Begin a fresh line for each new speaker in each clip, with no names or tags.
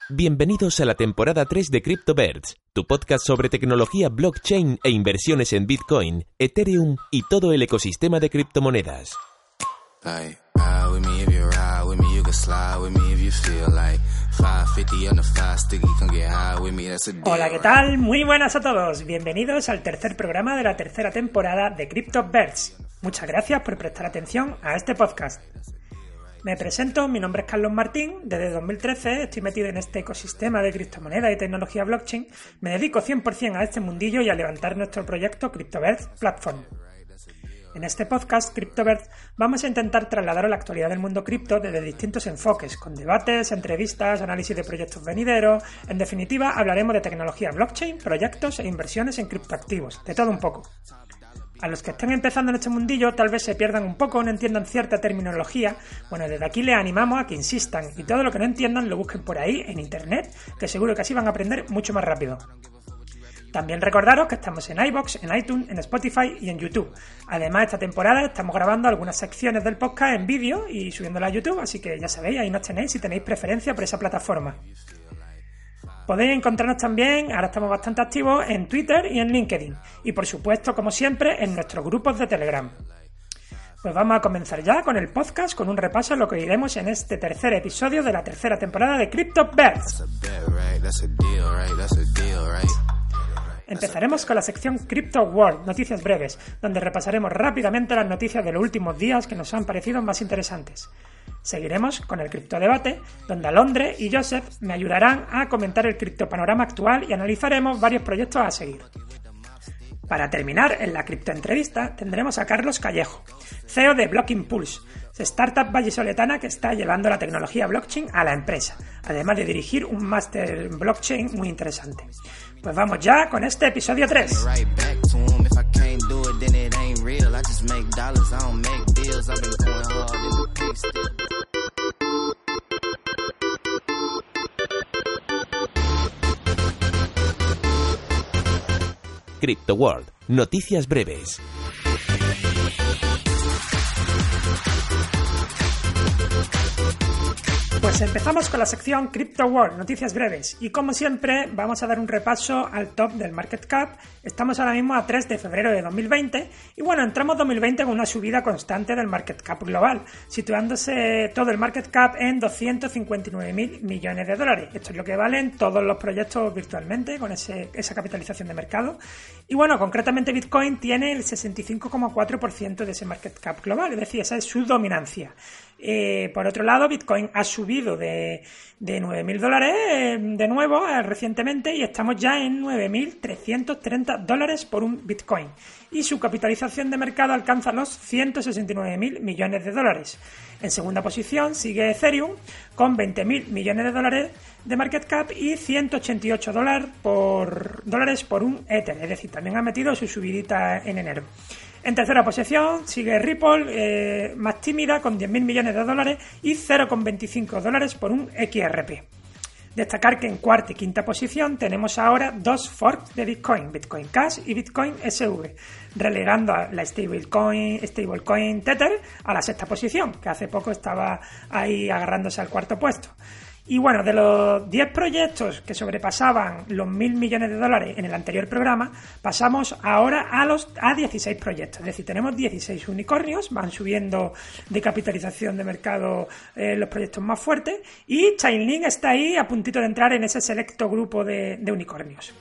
Bienvenidos a la temporada 3 de CryptoBirds, tu podcast sobre tecnología blockchain e inversiones en Bitcoin, Ethereum y todo el ecosistema de criptomonedas.
Hola, ¿qué tal? Muy buenas a todos. Bienvenidos al tercer programa de la tercera temporada de CryptoBirds. Muchas gracias por prestar atención a este podcast. Me presento, mi nombre es Carlos Martín, desde 2013 estoy metido en este ecosistema de criptomonedas y tecnología blockchain, me dedico 100% a este mundillo y a levantar nuestro proyecto CryptoBirds Platform. En este podcast, CryptoBirds, vamos a intentar trasladaros la actualidad del mundo cripto desde distintos enfoques, con debates, entrevistas, análisis de proyectos venideros, en definitiva hablaremos de tecnología blockchain, proyectos e inversiones en criptoactivos, de todo un poco. A los que estén empezando en este mundillo tal vez se pierdan un poco o no entiendan cierta terminología. Bueno, desde aquí les animamos a que insistan y todo lo que no entiendan lo busquen por ahí en internet, que seguro que así van a aprender mucho más rápido. También recordaros que estamos en iVoox, en iTunes, en Spotify y en YouTube. Además, esta temporada estamos grabando algunas secciones del podcast en vídeo y subiéndola a YouTube, así que ya sabéis, ahí nos tenéis si tenéis preferencia por esa plataforma. Podéis encontrarnos también, ahora estamos bastante activos, en Twitter y en LinkedIn. Y por supuesto, como siempre, en nuestros grupos de Telegram. Pues vamos a comenzar ya con el podcast, con un repaso a lo que iremos en este tercer episodio de la tercera temporada de CryptoBirds. Empezaremos con la sección Crypto World, noticias breves, donde repasaremos rápidamente las noticias de los últimos días que nos han parecido más interesantes. Seguiremos con el criptodebate, donde Alondre y Joseph me ayudarán a comentar el criptopanorama actual y analizaremos varios proyectos a seguir. Para terminar, en la criptoentrevista tendremos a Carlos Callejo, CEO de Blocking Pulse, startup vallisoletana que está llevando la tecnología blockchain a la empresa, además de dirigir un máster en blockchain muy interesante. Pues vamos ya con este episodio 3.
Crypto World, noticias breves.
Pues empezamos con la sección Crypto World, noticias breves, y como siempre vamos a dar un repaso al top del market cap. Estamos ahora mismo a 3 de febrero de 2020 y bueno, entramos 2020 con una subida constante del market cap global, situándose todo el market cap en 259.000 millones de dólares. Esto es lo que valen todos los proyectos virtualmente con esa capitalización de mercado. Y bueno, concretamente Bitcoin tiene el 65,4% de ese market cap global, es decir, esa es su dominancia. Por otro lado, Bitcoin ha subido de 9.000 dólares de nuevo recientemente y estamos ya en 9.330 dólares por un Bitcoin. Y su capitalización de mercado alcanza los 169.000 millones de dólares. En segunda posición sigue Ethereum con 20.000 millones de dólares de market cap y 188 dólares por un Ether. Es decir, también ha metido su subidita en enero. En tercera posición sigue Ripple, más tímida, con 10.000 millones de dólares y 0,25 dólares por un XRP. Destacar que en cuarta y quinta posición tenemos ahora dos forks de Bitcoin, Bitcoin Cash y Bitcoin SV, relegando a la stablecoin Tether a la sexta posición, que hace poco estaba ahí agarrándose al cuarto puesto. Y bueno, de los 10 proyectos que sobrepasaban los 1.000 millones de dólares en el anterior programa, pasamos ahora a 16 proyectos. Es decir, tenemos 16 unicornios, van subiendo de capitalización de mercado los proyectos más fuertes, y Chainlink está ahí a puntito de entrar en ese selecto grupo de unicornios.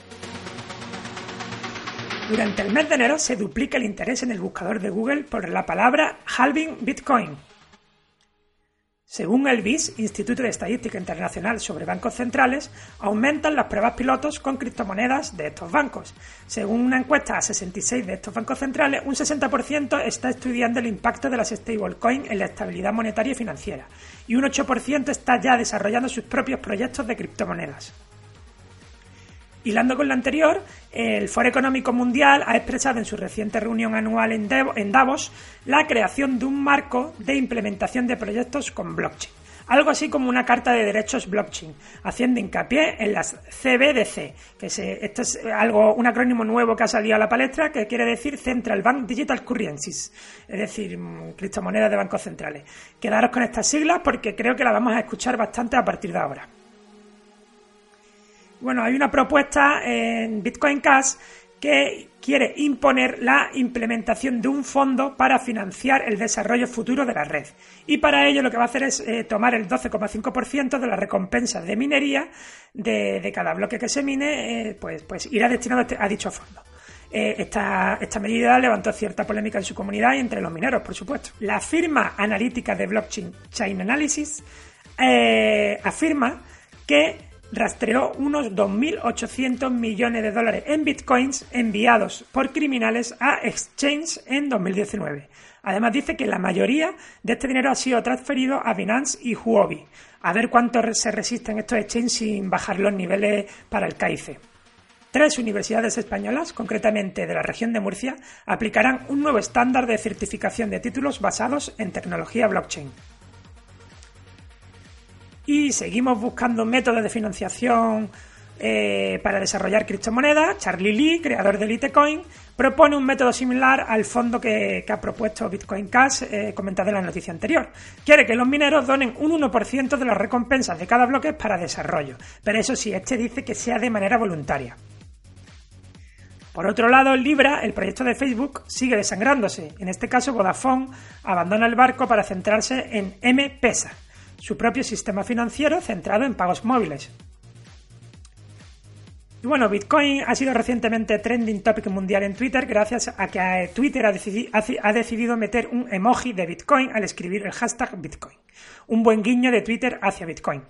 Durante el mes de enero se duplica el interés en el buscador de Google por la palabra halving Bitcoin. Según el BIS, Instituto de Estadística Internacional sobre Bancos Centrales, aumentan las pruebas pilotos con criptomonedas de estos bancos. Según una encuesta a 66 de estos bancos centrales, un 60% está estudiando el impacto de las stablecoins en la estabilidad monetaria y financiera, y un 8% está ya desarrollando sus propios proyectos de criptomonedas. Hilando con lo anterior, el Foro Económico Mundial ha expresado en su reciente reunión anual en Davos la creación de un marco de implementación de proyectos con blockchain, algo así como una carta de derechos blockchain, haciendo hincapié en las CBDC, esto es un acrónimo nuevo que ha salido a la palestra, que quiere decir Central Bank Digital Currencies, es decir, criptomonedas de bancos centrales. Quedaros con estas siglas porque creo que las vamos a escuchar bastante a partir de ahora. Bueno, hay una propuesta en Bitcoin Cash que quiere imponer la implementación de un fondo para financiar el desarrollo futuro de la red. Y para ello lo que va a hacer es tomar el 12,5% de las recompensas de minería de cada bloque que se mine, pues irá destinado a dicho fondo. Esta medida levantó cierta polémica en su comunidad y entre los mineros, por supuesto. La firma analítica de Blockchain Chain Analysis afirma que rastreó unos 2.800 millones de dólares en bitcoins enviados por criminales a exchange en 2019. Además dice que la mayoría de este dinero ha sido transferido a Binance y Huobi. A ver cuánto se resisten estos exchanges sin bajar los niveles para el CAICE. 3 universidades españolas, concretamente de la región de Murcia, aplicarán un nuevo estándar de certificación de títulos basados en tecnología blockchain. Y seguimos buscando métodos de financiación para desarrollar criptomonedas. Charlie Lee, creador de Litecoin, propone un método similar al fondo que ha propuesto Bitcoin Cash, comentado en la noticia anterior. Quiere que los mineros donen un 1% de las recompensas de cada bloque para desarrollo, pero eso sí, dice que sea de manera voluntaria. Por otro lado, Libra, el proyecto de Facebook, sigue desangrándose. En este caso, Vodafone abandona el barco para centrarse en M-Pesa, su propio sistema financiero centrado en pagos móviles. Y bueno, Bitcoin ha sido recientemente trending topic mundial en Twitter gracias a que Twitter ha decidido meter un emoji de Bitcoin al escribir el hashtag Bitcoin. Un buen guiño de Twitter hacia Bitcoin.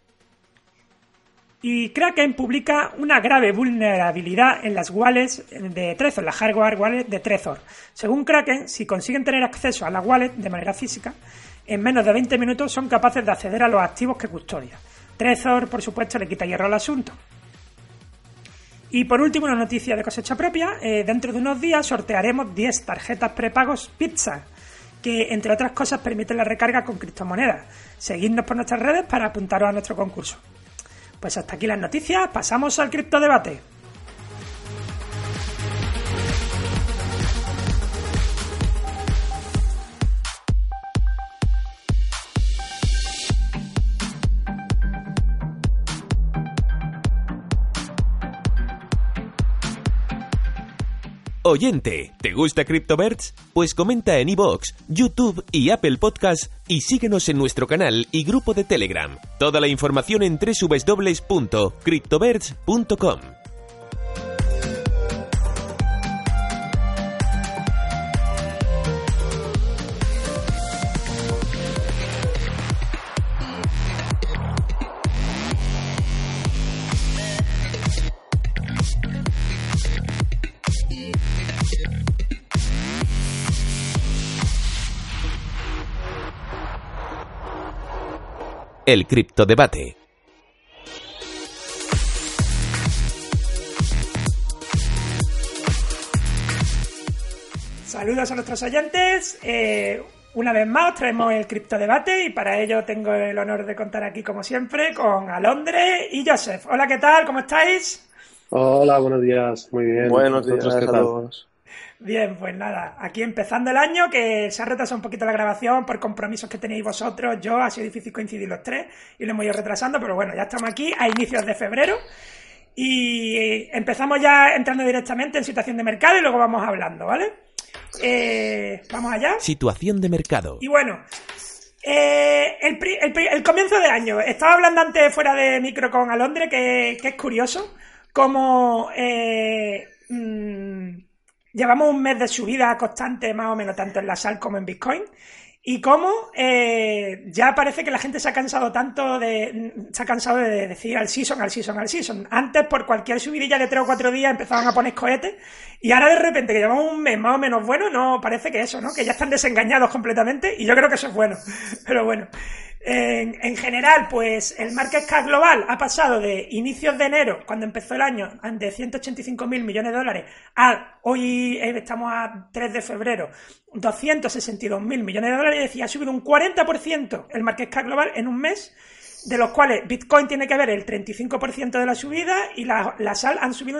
Y Kraken publica una grave vulnerabilidad en las wallets de Trezor, la hardware wallet de Trezor. Según Kraken, si consiguen tener acceso a la wallet de manera física, en menos de 20 minutos son capaces de acceder a los activos que custodia. Trezor, por supuesto, le quita hierro al asunto. Y por último, una noticia de cosecha propia. Dentro de unos días sortearemos 10 tarjetas prepagos Pizza, que entre otras cosas permiten la recarga con criptomonedas. Seguidnos por nuestras redes para apuntaros a nuestro concurso. Pues hasta aquí las noticias, pasamos al criptodebate.
Oyente, ¿te gusta CryptoBirds? Pues comenta en iVoox, YouTube y Apple Podcasts y síguenos en nuestro canal y grupo de Telegram. Toda la información en www.cryptobirds.com. El criptodebate.
Saludos a nuestros oyentes. Una vez más traemos el criptodebate y para ello tengo el honor de contar aquí, como siempre, con Alondre y Joseph. Hola, ¿qué tal? ¿Cómo estáis?
Hola, buenos días. Muy bien.
Buenos días a todos.
Bien, pues nada, aquí empezando el año, que se ha retrasado un poquito la grabación por compromisos que tenéis vosotros, yo, ha sido difícil coincidir los tres y lo hemos ido retrasando, pero bueno, ya estamos aquí a inicios de febrero y empezamos ya entrando directamente en situación de mercado y luego vamos hablando, ¿vale? Vamos allá.
Situación de mercado.
Y bueno, el comienzo de año, estaba hablando antes fuera de micro con Alondre, que es curioso, como... llevamos un mes de subida constante, más o menos, tanto en la SAL como en Bitcoin. Y cómo ya parece que la gente se ha cansado de decir al season. Antes, por cualquier subidilla de 3 o 4 días, empezaban a poner cohetes. Y ahora, de repente, que llevamos un mes más o menos bueno, no parece que eso, ¿no? Que ya están desengañados completamente. Y yo creo que eso es bueno. Pero bueno. En general, pues el market cap global ha pasado de inicios de enero, cuando empezó el año, de 185.000 millones de dólares, a hoy estamos a 3 de febrero, 262.000 millones de dólares, es decir, ha subido un 40% el market cap global en un mes, de los cuales Bitcoin tiene que ver el 35% de la subida y la SAL han subido un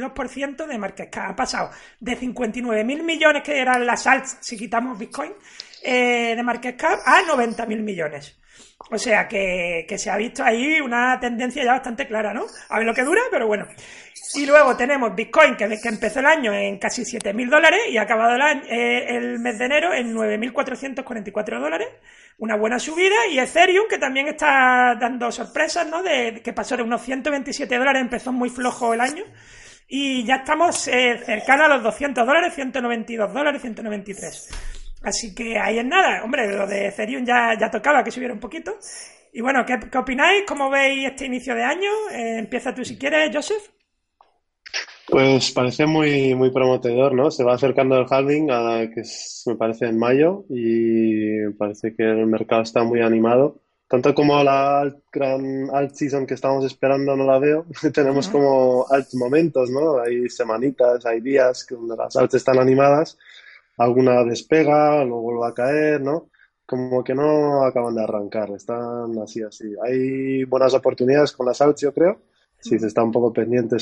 52% de market cap. Ha pasado de 59.000 millones que eran la SAL si quitamos Bitcoin, de market cap a 90.000 millones. O sea que se ha visto ahí una tendencia ya bastante clara, ¿no? A ver lo que dura, pero bueno. Y luego tenemos Bitcoin, que empezó el año en casi $7.000 y ha acabado el mes de enero en $9.444. Una buena subida. Y Ethereum, que también está dando sorpresas, ¿no? Que pasó de unos $127, empezó muy flojo el año. Y ya estamos cercanos a los $200, $192, 193. Así que ahí es nada. Hombre, lo de Ethereum ya tocaba que subiera un poquito. Y bueno, ¿qué opináis? ¿Cómo veis este inicio de año? Empieza tú si quieres, Joseph.
Pues parece muy, muy prometedor, ¿no? Se va acercando el halving, me parece en mayo, y parece que el mercado está muy animado. Tanto como la gran alt season que estamos esperando no la veo, tenemos como alt momentos, ¿no? Hay semanitas, hay días donde las alts están animadas, alguna despega, luego vuelve a caer, ¿no? Como que no acaban de arrancar, están así, así. Hay buenas oportunidades con las alts, yo creo. Si se está un poco pendiente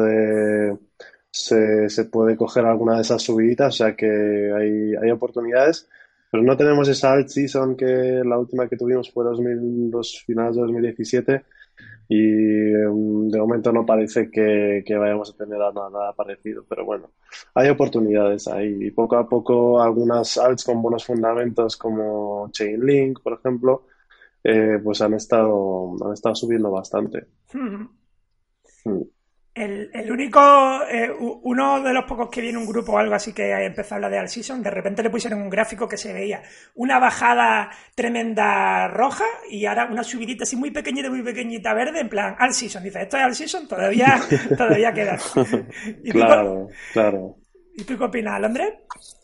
se puede coger alguna de esas subiditas, o sea que hay oportunidades, pero no tenemos esa alt season que la última que tuvimos fue los finales de 2017 y de momento no parece que vayamos a tener nada parecido, pero bueno, hay oportunidades ahí y poco a poco algunas alts con buenos fundamentos como Chainlink, por ejemplo, pues han estado subiendo bastante. Mm.
El único, uno de los pocos que viene un grupo o algo así que empezó a hablar de All Season, de repente le pusieron un gráfico que se veía una bajada tremenda roja y ahora una subidita así muy pequeñita verde, en plan All Season. Dice, ¿esto es All Season? Todavía queda.
Claro.
¿Y tú qué opinas, Londres?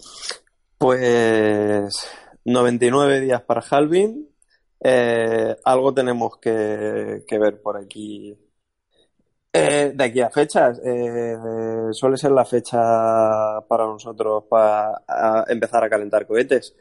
Pues 99 días para halving. Algo tenemos que ver por aquí. De aquí a fechas, suele ser la fecha para nosotros para empezar a calentar cohetes.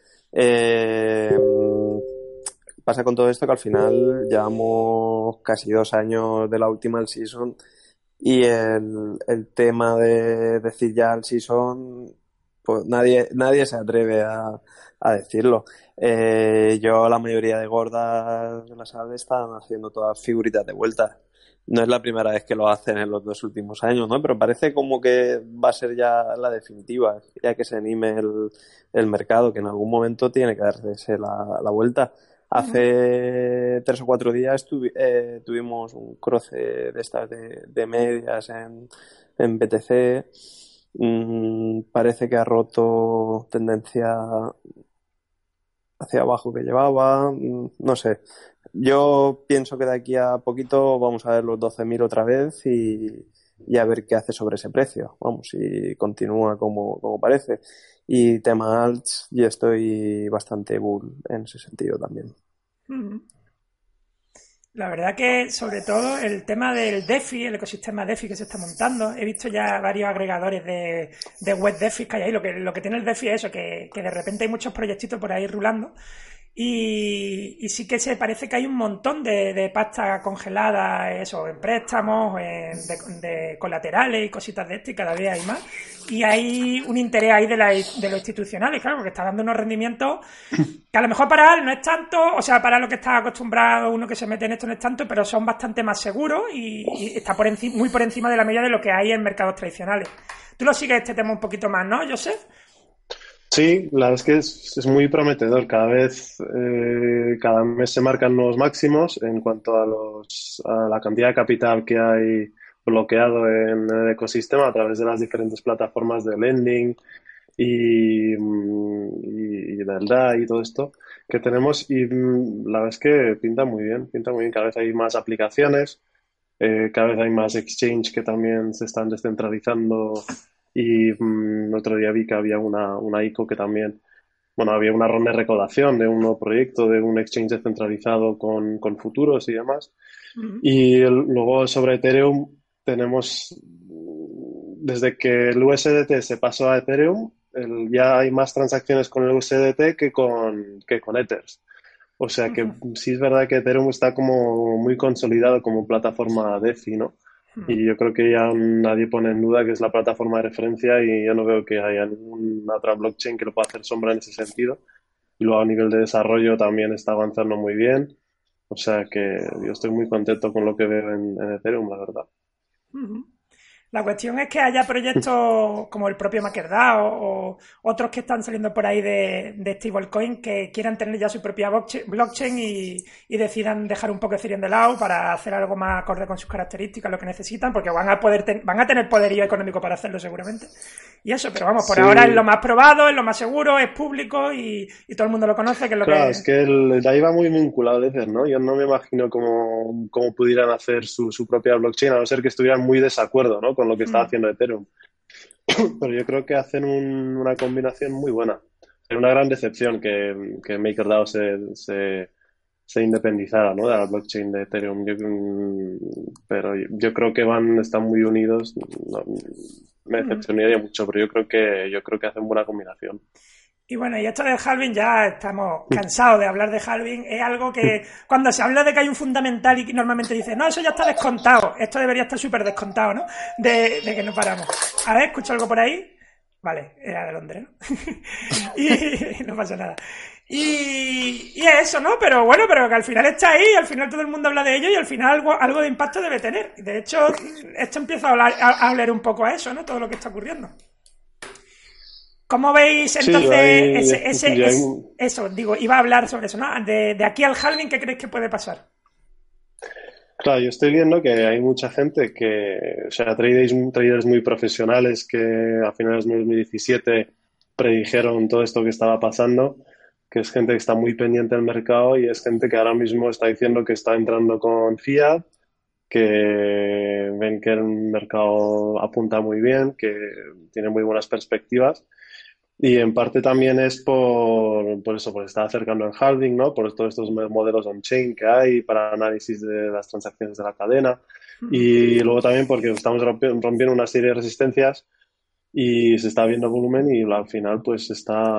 Pasa con todo esto que al final llevamos casi 2 años de la última all season y el tema de decir ya all season, pues nadie se atreve a decirlo. La mayoría de gordas de la sala están haciendo todas figuritas de vuelta. No es la primera vez que lo hacen en los 2 últimos años, ¿no? Pero parece como que va a ser ya la definitiva, ya que se anime el mercado, que en algún momento tiene que darse la vuelta. Hace 3 o 4 días tuvimos un cruce de estas de medias en BTC. Parece que ha roto tendencia hacia abajo que llevaba. No sé. Yo pienso que de aquí a poquito vamos a ver los 12.000 otra vez y a ver qué hace sobre ese precio. Vamos, si continúa como parece. Y tema alts, yo estoy bastante bull en ese sentido también.
La verdad que, sobre todo, el tema del DeFi, el ecosistema DeFi que se está montando, he visto ya varios agregadores de web DeFi que hay ahí. Lo que tiene el DeFi es eso, que de repente hay muchos proyectitos por ahí rulando. Y sí que se parece que hay un montón de pasta congelada, eso, en préstamos, de colaterales y cositas de esto, y cada vez hay más. Y hay un interés ahí de lo institucional, y claro, porque está dando unos rendimientos que a lo mejor para él no es tanto, o sea, para lo que está acostumbrado uno que se mete en esto no es tanto, pero son bastante más seguros y está muy por encima de la media de lo que hay en mercados tradicionales. Tú lo sigues este tema un poquito más, ¿no, Joseph?
Sí, la verdad es que es muy prometedor. Cada mes se marcan nuevos máximos en cuanto a la cantidad de capital que hay bloqueado en el ecosistema a través de las diferentes plataformas de lending y del DAI y todo esto que tenemos. Y la verdad es que pinta muy bien. Cada vez hay más aplicaciones, cada vez hay más exchange que también se están descentralizando. Y otro día vi que había una ICO que también, bueno, había una ronda de recaudación de un nuevo proyecto, de un exchange descentralizado con futuros y demás. Y luego sobre Ethereum tenemos, desde que el USDT se pasó a Ethereum, ya hay más transacciones con el USDT que con Ethers. O sea que sí es verdad que Ethereum está como muy consolidado como plataforma DeFi, ¿no? Y yo creo que ya nadie pone en duda que es la plataforma de referencia y yo no veo que haya ninguna otra blockchain que lo pueda hacer sombra en ese sentido. y luego a nivel de desarrollo también está avanzando muy bien. O sea que yo estoy muy contento con lo que veo en Ethereum, la verdad.
Ujú. La cuestión es que haya proyectos como el propio MakerDAO o otros que están saliendo por ahí de stablecoin que quieran tener ya su propia blockchain y decidan dejar un poco Ethereum de lado para hacer algo más acorde con sus características, lo que necesitan, porque van a tener poderío económico para hacerlo seguramente. Y eso, pero vamos, por ahora es lo
Sí,
más probado, es lo más seguro, es público y todo el mundo lo conoce, que es lo
claro,
que...
es que de ahí va muy vinculado Ether, ¿no? Yo no me imagino cómo pudieran hacer su propia blockchain, a no ser que estuvieran muy de desacuerdo, ¿no? Con lo que está
Hmm.
haciendo Ethereum. Pero yo creo que hacen una combinación muy buena. Sería una gran decepción que MakerDAO se independizara, ¿no? De la blockchain de Ethereum. Pero yo creo que están muy unidos. No, me
Hmm.
decepcionaría mucho, pero yo creo que hacen buena combinación.
Y bueno, y esto del halving ya estamos cansados de hablar de halving. Es algo que cuando se habla de que hay un fundamental y normalmente dice, no, eso ya está descontado. Esto debería estar súper descontado, ¿no? De que no paramos. A ver, escucho algo por ahí. Vale, era de Londres, ¿no? Y no pasa nada. Y es eso, ¿no? Pero bueno, pero que al final está ahí, al final todo el mundo habla de ello y al final algo de impacto debe tener. De hecho, esto empieza a hablar un poco a eso, ¿no? Todo lo que está ocurriendo. ¿Cómo veis
Sí,
entonces
yo hay,
eso? Digo, iba a hablar sobre eso, ¿no? De aquí al halving, ¿qué creéis que puede pasar?
claro, yo estoy viendo que hay mucha gente o sea, traders muy profesionales que a finales de 2017 predijeron todo esto que estaba pasando, que es gente que está muy pendiente del mercado y es gente que ahora mismo está diciendo que está entrando con fiat, que ven que el mercado apunta muy bien, que tiene muy buenas perspectivas. Y en parte también es por eso, por estar acercando el halving, ¿no? Por todos estos modelos on-chain que hay para análisis de las transacciones de la cadena. Y luego también porque estamos rompiendo una serie de resistencias y se está viendo volumen y al final pues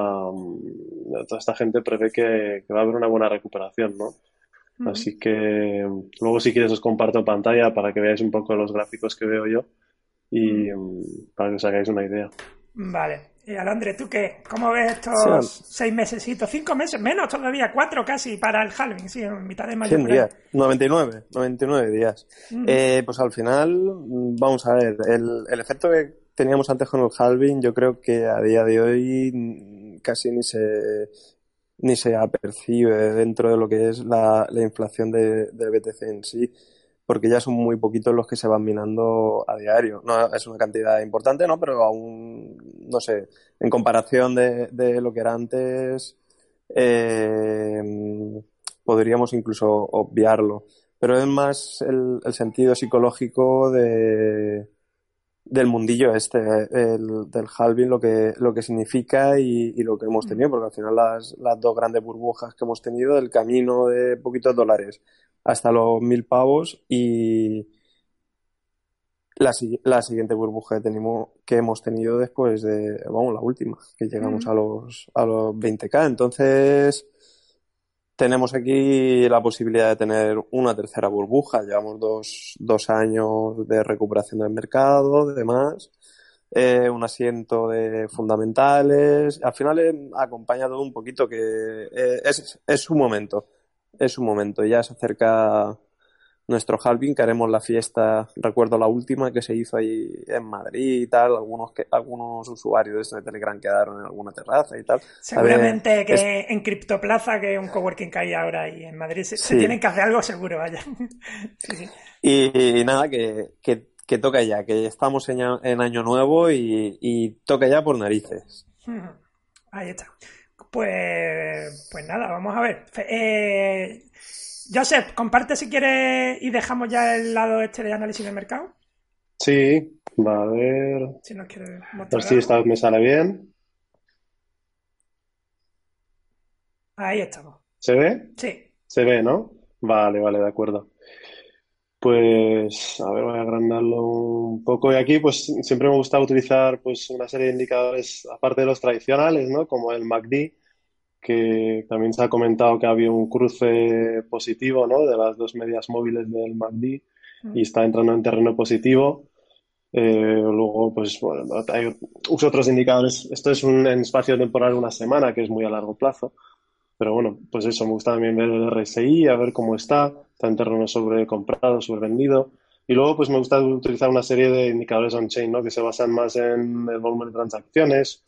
toda esta gente prevé que va a haber una buena recuperación, ¿no? Así que luego si quieres os comparto pantalla para que veáis un poco los gráficos que veo yo y para que os hagáis una idea.
Vale. Y Alondre, ¿tú qué? ¿Cómo ves
Sí,
estos 6 mesecitos? 5 meses, menos todavía, 4 casi para el halving, sí, en mitad de mayo
100
por ahí.
días, 99 días. Pues al final, vamos a ver, el efecto que teníamos antes con el halving, yo creo que a día de hoy casi ni se apercibe dentro de lo que es la inflación del BTC en sí, porque ya son muy poquitos los que se van minando a diario. No es una cantidad importante, ¿no? Pero aún, no sé, en comparación de lo que era antes, eh, podríamos incluso obviarlo. Pero es más el sentido psicológico del mundillo del halving, lo que significa y lo que hemos tenido, porque al final las dos grandes burbujas que hemos tenido, el camino de poquitos dólares hasta los 1.000 pavos y la siguiente burbuja que hemos tenido después vamos, la última, que llegamos a los 20K. Entonces, tenemos aquí la posibilidad de tener una tercera burbuja. Llevamos dos años de recuperación del mercado, de demás, un asiento de fundamentales. Al final acompaña todo un poquito que es su momento. Es su momento. Ya se acerca nuestro halving, que haremos la fiesta, recuerdo la última que se hizo ahí en Madrid y tal, algunos usuarios de Telegram quedaron en alguna terraza y tal. A ver,
Seguramente que en Criptoplaza, que es un coworking que hay ahora y en Madrid, se
sí.
tienen que hacer algo seguro, vaya. Sí, sí.
Y nada, que toca ya, que estamos en año nuevo y toca ya por narices.
Ahí está. Pues nada, vamos a ver. Joseph, comparte si quieres y dejamos ya el lado este de análisis de mercado.
Sí, va a ver.
Si nos quieres
A ver
mostrar
si esta
algo.
vez me sale bien.
Ahí estamos.
¿Se ve?
Sí.
Se ve, ¿no? Vale, vale, de acuerdo. Pues, a ver, voy a agrandarlo un poco. Y aquí, pues, siempre me gusta utilizar, pues, una serie de indicadores, aparte de los tradicionales, ¿no? Como el MACD, que también se ha comentado que había un cruce positivo, ¿no? De las dos medias móviles del MACD y está entrando en terreno positivo. Luego, pues, bueno, uso otros indicadores. Esto es en espacio temporal una semana, que es muy a largo plazo. Pero bueno, pues eso, me gusta también ver el RSI, a ver cómo está en terreno sobre comprado, sobre vendido. Y luego, pues me gusta utilizar una serie de indicadores on-chain, ¿no? Que se basan más en el volumen de transacciones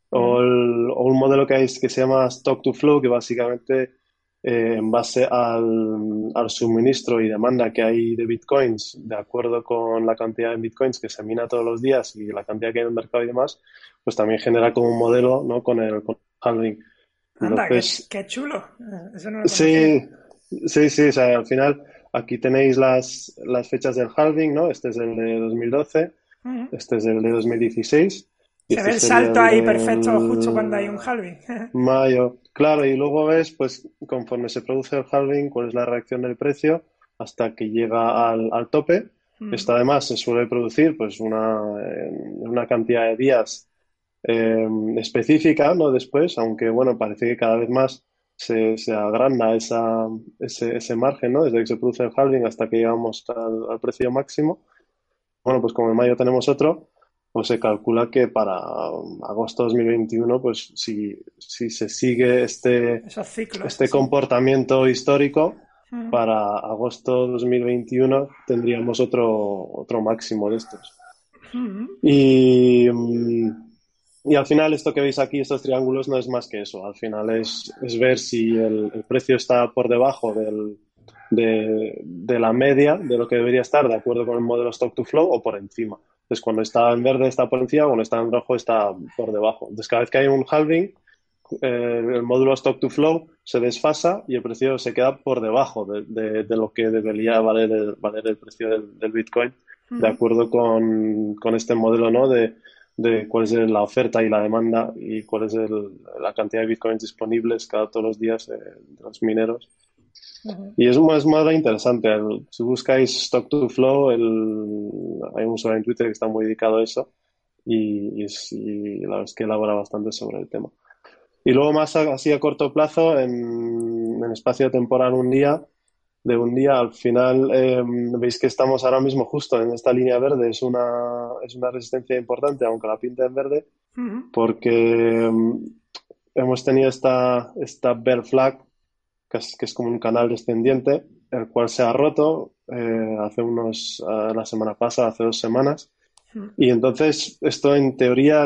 o un modelo que se llama Stock to Flow, que básicamente en base al suministro y demanda que hay de bitcoins, de acuerdo con la cantidad de bitcoins que se mina todos los días y la cantidad que hay en el mercado y demás, pues también genera como un modelo, ¿no? Con el halving.
Anda,
Entonces,
qué chulo. Eso no lo conocía.
sí, sí, o sea, al final aquí tenéis las fechas del halving, ¿no? Este es el de 2012,
Ujú.
este es el de 2016 y
Se ve
este
el
sería
salto
el
ahí perfecto justo
del
cuando hay un halving.
mayo. Claro, y luego ves, pues, conforme se produce el halving, cuál es la reacción del precio hasta que llega al tope. Esto además se suele producir, pues, una cantidad de días específica, ¿no? Después, aunque, bueno, parece que cada vez más se agranda ese margen, ¿no? Desde que se produce el halving hasta que llegamos al precio máximo. Bueno, pues como en mayo tenemos otro, pues se calcula que para agosto 2021, pues si se sigue
Esos ciclos,
este
así.
comportamiento histórico,
Ujú.
para agosto 2021 tendríamos otro máximo de estos.
Ujú.
Y, y al final esto que veis aquí, estos triángulos, no es más que eso. Al final es ver si el precio está por debajo de la media de lo que debería estar de acuerdo con el modelo Stock to Flow o por encima. Entonces, cuando está en verde está por encima, cuando está en rojo está por debajo. Entonces, cada vez que hay un halving, el módulo Stock to Flow se desfasa y el precio se queda por debajo de lo que debería valer el precio del Bitcoin, de acuerdo con este modelo, ¿no? De cuál es la oferta y la demanda y cuál es la cantidad de Bitcoins disponibles todos los días de los mineros.
Ujú.
Y es más interesante. Si buscáis Stock to Flow, hay un usuario en Twitter que está muy dedicado a eso y la verdad es que elabora bastante sobre el tema. Y luego más así a corto plazo, en espacio temporal de un día, al final veis que estamos ahora mismo justo en esta línea verde, es una resistencia importante, aunque la pinta en verde,
Ujú.
porque hemos tenido esta bear flag, que es como un canal descendiente, el cual se ha roto la semana pasada, hace 2 semanas. Y entonces esto en teoría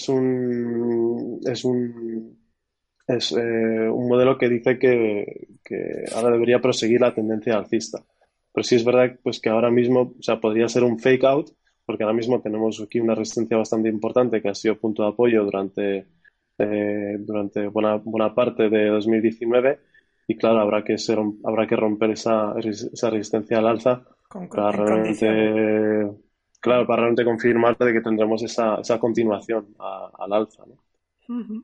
es un modelo que dice que ahora debería proseguir la tendencia alcista. Pero sí es verdad pues, que ahora mismo, o sea, podría ser un fake out, porque ahora mismo tenemos aquí una resistencia bastante importante que ha sido punto de apoyo durante buena parte de 2019 y claro, habrá que romper esa resistencia al alza para
En condiciones.
claro, para realmente confirmar de que tendremos esa continuación al alza, ¿no?
Ujú.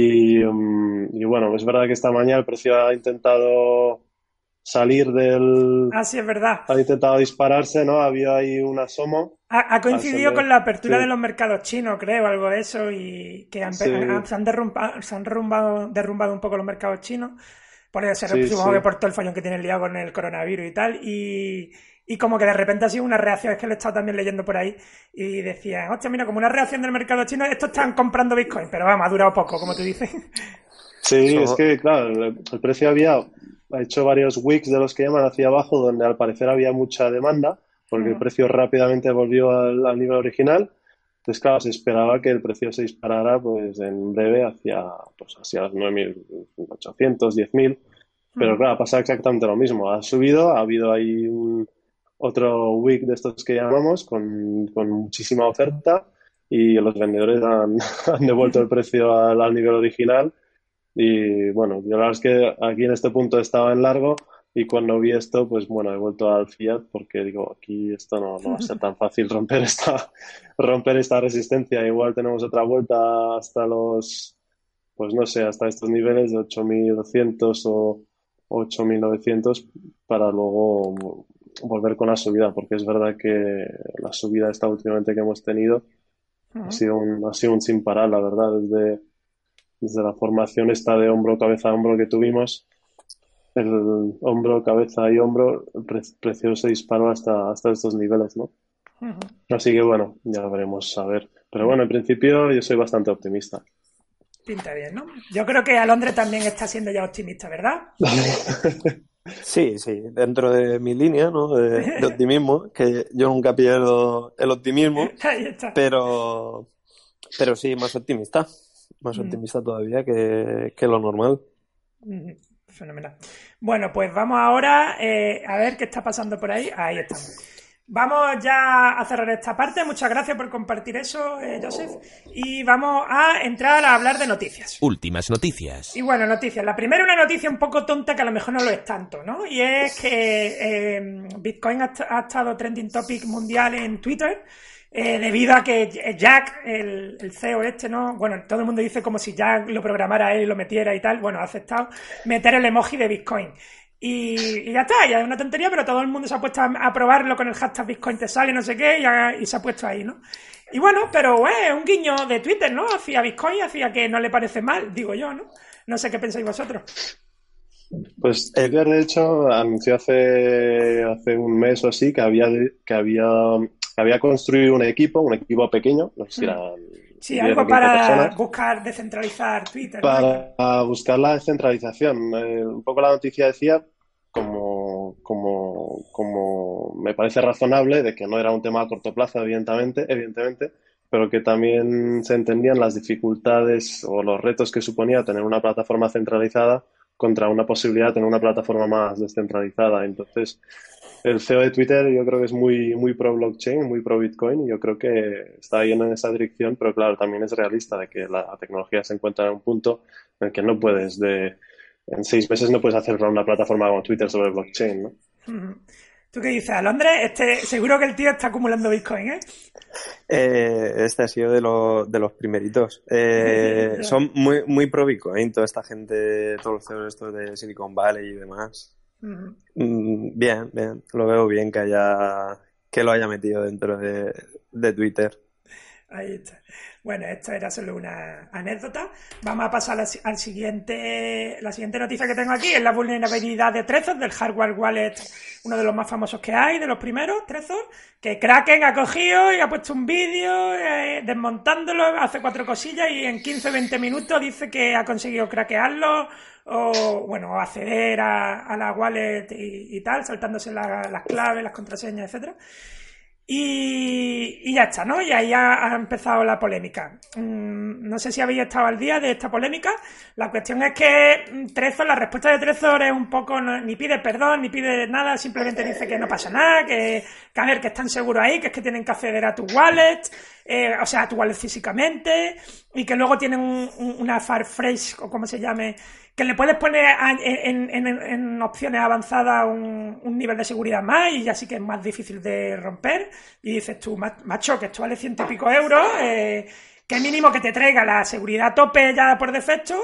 Y bueno, es verdad que esta mañana el precio ha intentado salir
Ah, sí, es verdad.
ha intentado dispararse, ¿no? Había ahí un asomo
Ha
al
coincidido con
sender.
la
Sí,
apertura de los mercados chinos, creo, algo de eso, y que
sí,
se han derrumbado un poco los mercados chinos. Por eso,
sí,
supongo que
sí.
por todo el follón que tiene el liado con el coronavirus y tal. Y como que de repente ha sido una reacción, es que lo he estado también leyendo por ahí, y decía, hostia, mira, como una reacción del mercado chino, estos están comprando Bitcoin, pero vamos, ha durado poco, como tú dices.
Sí, es
Eso,
que, claro, el precio ha hecho varios wicks de los que llaman hacia abajo, donde al parecer había mucha demanda, porque el precio rápidamente volvió al nivel original. Entonces, claro, se esperaba que el precio se disparara pues en breve hacia los 9.800, 10.000. Pero claro, ha pasado exactamente lo mismo. Ha subido, ha habido ahí otro week de estos que llamamos con muchísima oferta y los vendedores han devuelto el precio al nivel original y bueno, yo la verdad es que aquí en este punto estaba en largo y cuando vi esto, pues bueno, he vuelto al Fiat porque digo, aquí esto no va a ser tan fácil romper esta resistencia. Igual tenemos otra vuelta pues no sé, hasta estos niveles de 8.200 o 8.900 para luego volver con la subida, porque es verdad que la subida esta últimamente que hemos tenido ha sido un sin parar, la verdad, desde la formación esta de hombro, cabeza, hombro que tuvimos, el hombro, cabeza y hombro, el precio se disparó hasta estos niveles, ¿no? Así que bueno, ya veremos a ver. Pero bueno, en principio yo soy bastante optimista.
Pinta bien, ¿no? Yo creo que Alondra también está siendo ya optimista, ¿verdad?
Sí, dentro de mi línea, ¿no? De optimismo, que yo nunca pierdo el optimismo,
Ahí está.
pero sí, más optimista todavía que lo normal.
Fenomenal. Bueno, pues vamos ahora a ver qué está pasando por ahí. Ahí estamos. Vamos ya a cerrar esta parte. Muchas gracias por compartir eso, Joseph. Y vamos a entrar a hablar de noticias.
Últimas noticias.
Y bueno, noticias. La primera, una noticia un poco tonta que a lo mejor no lo es tanto, ¿no? Y es que Bitcoin ha estado trending topic mundial en Twitter. Debido a que Jack, el CEO ¿no? Bueno, todo el mundo dice como si Jack lo programara él y lo metiera y tal. Bueno, ha aceptado meter el emoji de Bitcoin. Y ya está, ya es una tontería, pero todo el mundo se ha puesto a probarlo con el hashtag Bitcoin te sale, no sé qué, y se ha puesto ahí, ¿no? Y bueno, pero es un guiño de Twitter, ¿no? Hacia Bitcoin, hacia que no le parece mal, digo yo, ¿no? No sé qué pensáis vosotros.
Pues Twitter, de hecho, anunció hace un mes o así que había construido un equipo pequeño, no sé si eran
Sí,
10
algo
o 15
para
personas,
buscar descentralizar Twitter, ¿no?
para buscar la descentralización. Un poco la noticia decía, como me parece razonable, de que no era un tema a corto plazo, evidentemente, pero que también se entendían las dificultades o los retos que suponía tener una plataforma centralizada contra una posibilidad de tener una plataforma más descentralizada. Entonces, el CEO de Twitter yo creo que es muy pro blockchain, muy pro Bitcoin, y yo creo que está yendo en esa dirección, pero claro, también es realista de que la tecnología se encuentra en un punto en el que no puedes, en 6 meses no puedes hacer una plataforma como Twitter sobre blockchain, ¿no?
¿Tú qué dices, Londres? Seguro que el tío está acumulando Bitcoin, ¿eh?
Este ha sido de los primeritos. Son muy pro Bitcoin, toda esta gente, todos los CEOs estos de Silicon Valley y demás. Bien, lo veo bien que lo haya metido dentro de Twitter.
Ahí está. Bueno, esto era solo una anécdota. Vamos a pasar la siguiente noticia que tengo aquí. Es la vulnerabilidad de Trezor, del hardware wallet, uno de los más famosos que hay, de los primeros, Trezor, que Kraken ha cogido y ha puesto un vídeo desmontándolo, hace 4 cosillas y en 15-20 minutos dice que ha conseguido craquearlo o acceder a la wallet y tal, saltándose las claves, las contraseñas, etcétera. Y ya está, ¿no? Y ahí ha empezado la polémica. No sé si habéis estado al día de esta polémica. La cuestión es que Trezor, la respuesta de Trezor es un poco, ni pide perdón, ni pide nada, simplemente dice que no pasa nada, que a ver, que están seguros ahí, que es que tienen que acceder a tu wallet, o sea, a tu wallet físicamente, y que luego tienen una Farphrase, o como se llame, que le puedes poner en opciones avanzadas un nivel de seguridad más y ya sí que es más difícil de romper. Y dices tú, macho, que esto vale 100 y pico euros, que mínimo que te traiga la seguridad a tope ya por defecto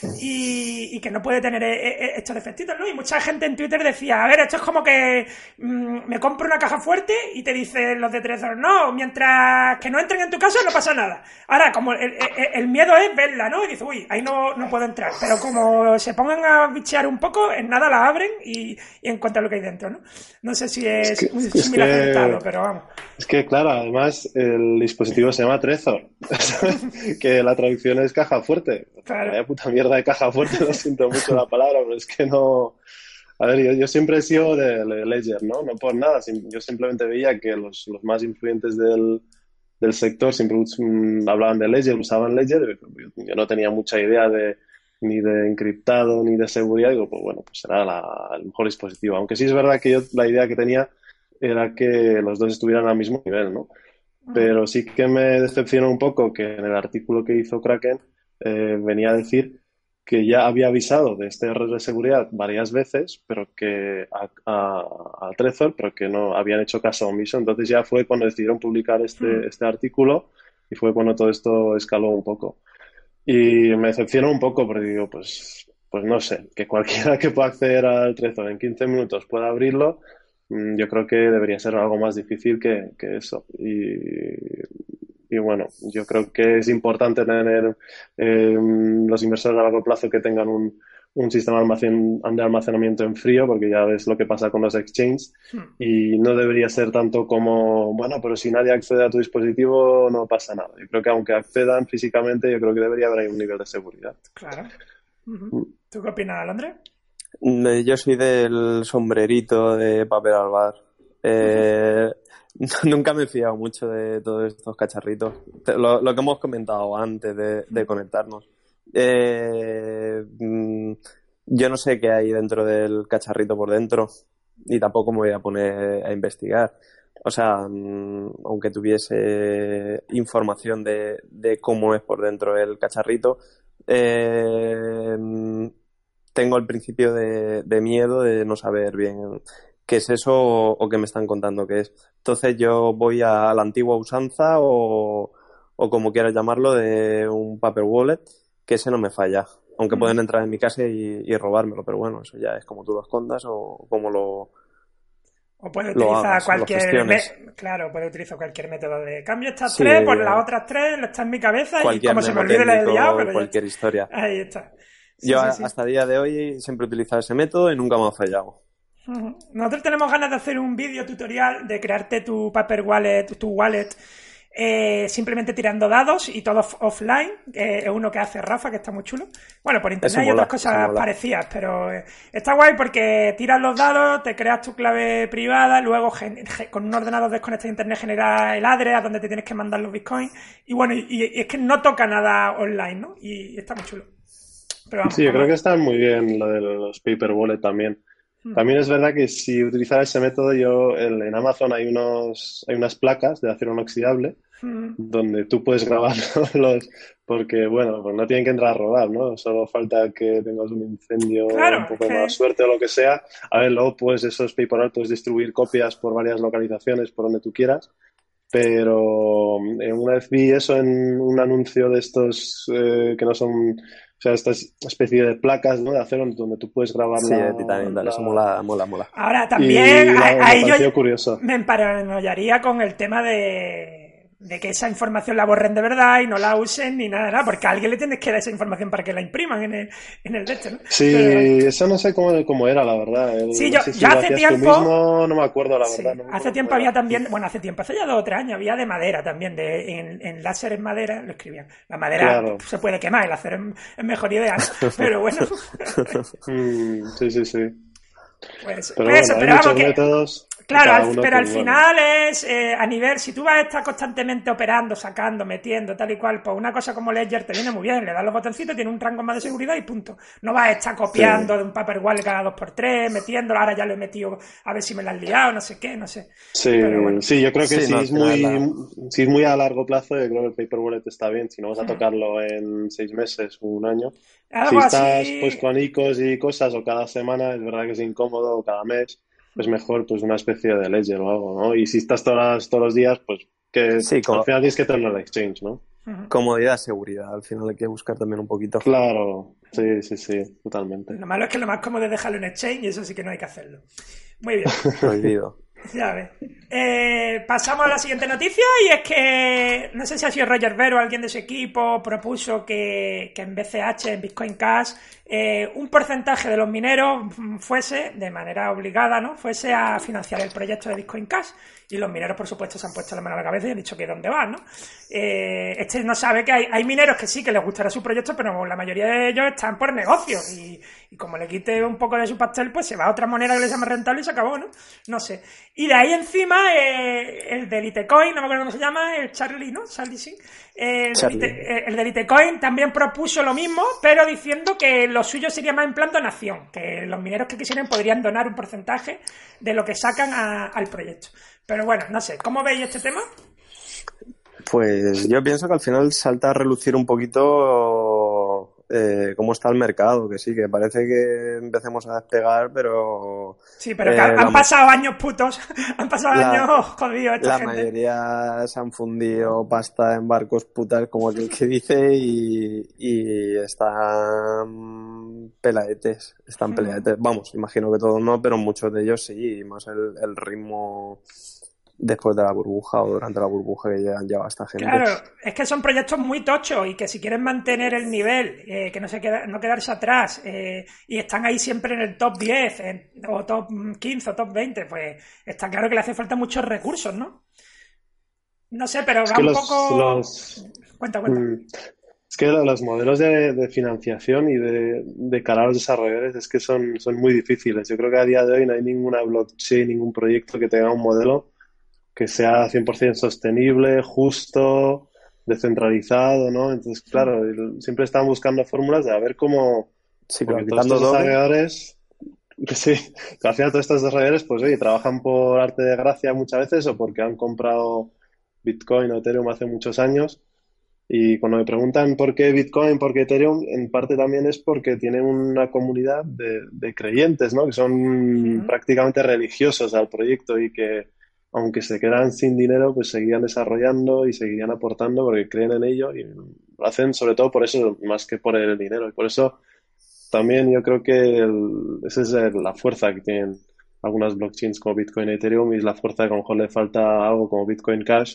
y que no puede tener estos defectitos, ¿no? Y mucha gente en Twitter decía, a ver, esto es como que me compro una caja fuerte y te dicen los de Trezor, no, mientras que no entren en tu casa no pasa nada. Ahora, como el miedo es verla, ¿no? Y dices, uy, ahí no puedo entrar. Pero como se pongan a bichear un poco, en nada la abren y encuentran lo que hay dentro, ¿no? No sé si es muy acertado, pero vamos.
Es que, claro, además el dispositivo se llama Trezor, que la traducción es caja fuerte.
Claro.
Vaya puta mierda de caja fuerte, lo siento mucho la palabra, pero es que no... A ver, yo siempre he sido de Ledger, ¿no? No por nada, yo simplemente veía que los más influyentes del sector siempre hablaban de Ledger, usaban Ledger, yo no tenía mucha idea ni de encriptado ni de seguridad, digo, pues bueno, pues será el mejor dispositivo. Aunque sí es verdad que yo la idea que tenía era que los dos estuvieran al mismo nivel, ¿no? Pero sí que me decepcionó un poco que en el artículo que hizo Kraken venía a decir que ya había avisado de este error de seguridad varias veces, pero que a Trezor, pero que no habían hecho caso omiso. Entonces ya fue cuando decidieron publicar este artículo y fue cuando todo esto escaló un poco. Y me decepcionó un poco porque digo, pues no sé, que cualquiera que pueda acceder al Trezor en 15 minutos pueda abrirlo, yo creo que debería ser algo más difícil que eso. Y bueno, yo creo que es importante tener los inversores a largo plazo que tengan un sistema de almacenamiento en frío, porque ya ves lo que pasa con los exchanges, y no debería ser tanto como, bueno, pero si nadie accede a tu dispositivo no pasa nada. Yo creo que aunque accedan físicamente, yo creo que debería haber ahí un nivel de seguridad.
Claro. ¿Tú qué opinas, Alondra?
Yo soy del sombrerito de papel albal. Nunca me he fiado mucho de todos estos cacharritos. Lo que hemos comentado antes de conectarnos. Yo no sé qué hay dentro del cacharrito por dentro y tampoco me voy a poner a investigar. O sea, aunque tuviese información de cómo es por dentro el cacharrito, tengo el principio de miedo de no saber bien qué es eso o qué me están contando qué es. Entonces yo voy a la antigua usanza o como quieras llamarlo, de un paper wallet, que ese no me falla. Aunque pueden entrar en mi casa y robármelo, pero bueno, eso ya es como tú lo escondas o como lo...
O puede utilizar puede utilizar cualquier método de cambio estas tres por las otras tres, lo está en mi cabeza y como se me olvide la he liado, pero
cualquier historia.
Ahí está.
Yo hasta el día de hoy siempre he utilizado ese método y nunca me ha fallado.
Nosotros tenemos ganas de hacer un vídeo tutorial de crearte tu paper wallet, tu wallet, simplemente tirando dados y todo offline. Es uno que hace Rafa, que está muy chulo. Bueno, por internet hay otras cosas parecidas, pero está guay porque tiras los dados, te creas tu clave privada, luego con un ordenador desconectado de internet generas el address a donde te tienes que mandar los bitcoins. Y bueno, y es que no toca nada online, ¿no? Y está muy chulo. Pero vamos,
sí, yo creo que está muy bien lo de los paper wallet también. También es verdad que si utilizara ese método, en Amazon hay unas placas de acero inoxidable donde tú puedes grabarlos porque, bueno, pues no tienen que entrar a robar, ¿no? Solo falta que tengas un incendio, un poco de mala suerte o lo que sea. A ver, luego pues esos paper puedes distribuir copias por varias localizaciones, por donde tú quieras. Pero una vez vi eso en un anuncio de estos que no son... O sea, esta especie de placas, ¿no? De acero donde tú puedes grabar
de titanio, eso mola.
Ahora también, ahí yo
curioso.
Me paranoiaría con el tema de que esa información la borren de verdad y no la usen ni nada, porque a alguien le tienes que dar esa información para que la impriman en el de este, ¿no?
Sí, pero eso no sé cómo era, la verdad.
Sí, yo hace tiempo...
Mismo, no me acuerdo, la verdad.
No hace tiempo había también, hace 2 o 3 años, había de madera también, en láser en madera, lo escribían. La madera se puede quemar, el acero es mejor idea, ¿no? Pero bueno.
Sí.
Pues,
pero bueno, hay muchos métodos.
Claro, pero al final es a nivel, si tú vas a estar constantemente operando, sacando, metiendo, tal y cual, pues una cosa como Ledger te viene muy bien, le das los botoncitos, tiene un rango más de seguridad y punto. No vas a estar copiando de un paper wallet cada 2x3, metiéndolo, ahora ya lo he metido a ver si me la has liado, no sé qué, no sé.
Sí, bueno. Sí, yo creo que si es muy a largo plazo, yo creo que el paper wallet está bien, si no vas a tocarlo en 6 meses o un año. Si estás pues con ICOs y cosas o cada semana, es verdad que es incómodo, o cada mes. Es mejor pues una especie de ledger o algo, ¿no? Y si estás todos los días, pues que al final tienes que tener el exchange, ¿no?
Comodidad, seguridad, al final hay que buscar también un poquito.
Claro, sí, totalmente.
Lo malo es que lo más cómodo es dejarlo en exchange y eso sí que no hay que hacerlo. Muy bien.
Prohibido.
Ya ves. Pasamos a la siguiente noticia y es que no sé si ha sido Roger Ver o alguien de su equipo propuso que en BCH, en Bitcoin Cash, un porcentaje de los mineros fuese, de manera obligada, ¿no? Fuese a financiar el proyecto de Bitcoin Cash. Y los mineros, por supuesto, se han puesto la mano a la cabeza y han dicho que dónde van, ¿no? Este no sabe que hay mineros que sí, que les gustará su proyecto, pero la mayoría de ellos están por negocio. Y como le quite un poco de su pastel, pues se va a otra moneda que le sea más rentable y se acabó, ¿no? No sé. Y de ahí encima, el de Litecoin, no me acuerdo cómo se llama, el Charlie, ¿no? Charlie, sí. El de Litecoin también propuso lo mismo, pero diciendo que lo suyo sería más en plan donación, que los mineros que quisieran podrían donar un porcentaje de lo que sacan al proyecto. Pero bueno, no sé, ¿cómo veis este tema?
Pues yo pienso que al final salta a relucir un poquito cómo está el mercado, que sí, que parece que empecemos a despegar, pero...
Sí, pero que han pasado años putos, han pasado años jodidos esta gente.
La mayoría se han fundido pasta en barcos putas, como aquel que dice, y están pelaetes, Vamos, imagino que todos no, pero muchos de ellos sí, y más el ritmo después de la burbuja o durante la burbuja que lleva esta gente.
Claro, es que son proyectos muy tochos y que si quieren mantener el nivel, que no quedarse atrás, y están ahí siempre en el top 10 o top 15 o top 20, pues está claro que le hace falta muchos recursos, ¿no? No sé, pero va un poco... Cuenta.
Es que los modelos de financiación y de cara a los desarrolladores es que son muy difíciles. Yo creo que a día de hoy no hay ninguna blockchain, ningún proyecto que tenga un modelo que sea 100% sostenible, justo, descentralizado, ¿no? Entonces, claro, siempre están buscando fórmulas de a ver cómo...
Sí,
porque todos estos desarrolladores... Que sí, que al final todos estos desarrolladores, pues oye, trabajan por arte de gracia muchas veces o porque han comprado Bitcoin o Ethereum hace muchos años. Y cuando me preguntan por qué Bitcoin, por qué Ethereum, en parte también es porque tienen una comunidad de creyentes, ¿no? Que son prácticamente religiosos al proyecto y que, aunque se quedan sin dinero, pues seguían desarrollando y seguían aportando porque creen en ello y lo hacen sobre todo por eso, más que por el dinero. Y por eso también yo creo que esa es la fuerza que tienen algunas blockchains como Bitcoin y Ethereum, y es la fuerza que a lo mejor le falta algo como Bitcoin Cash,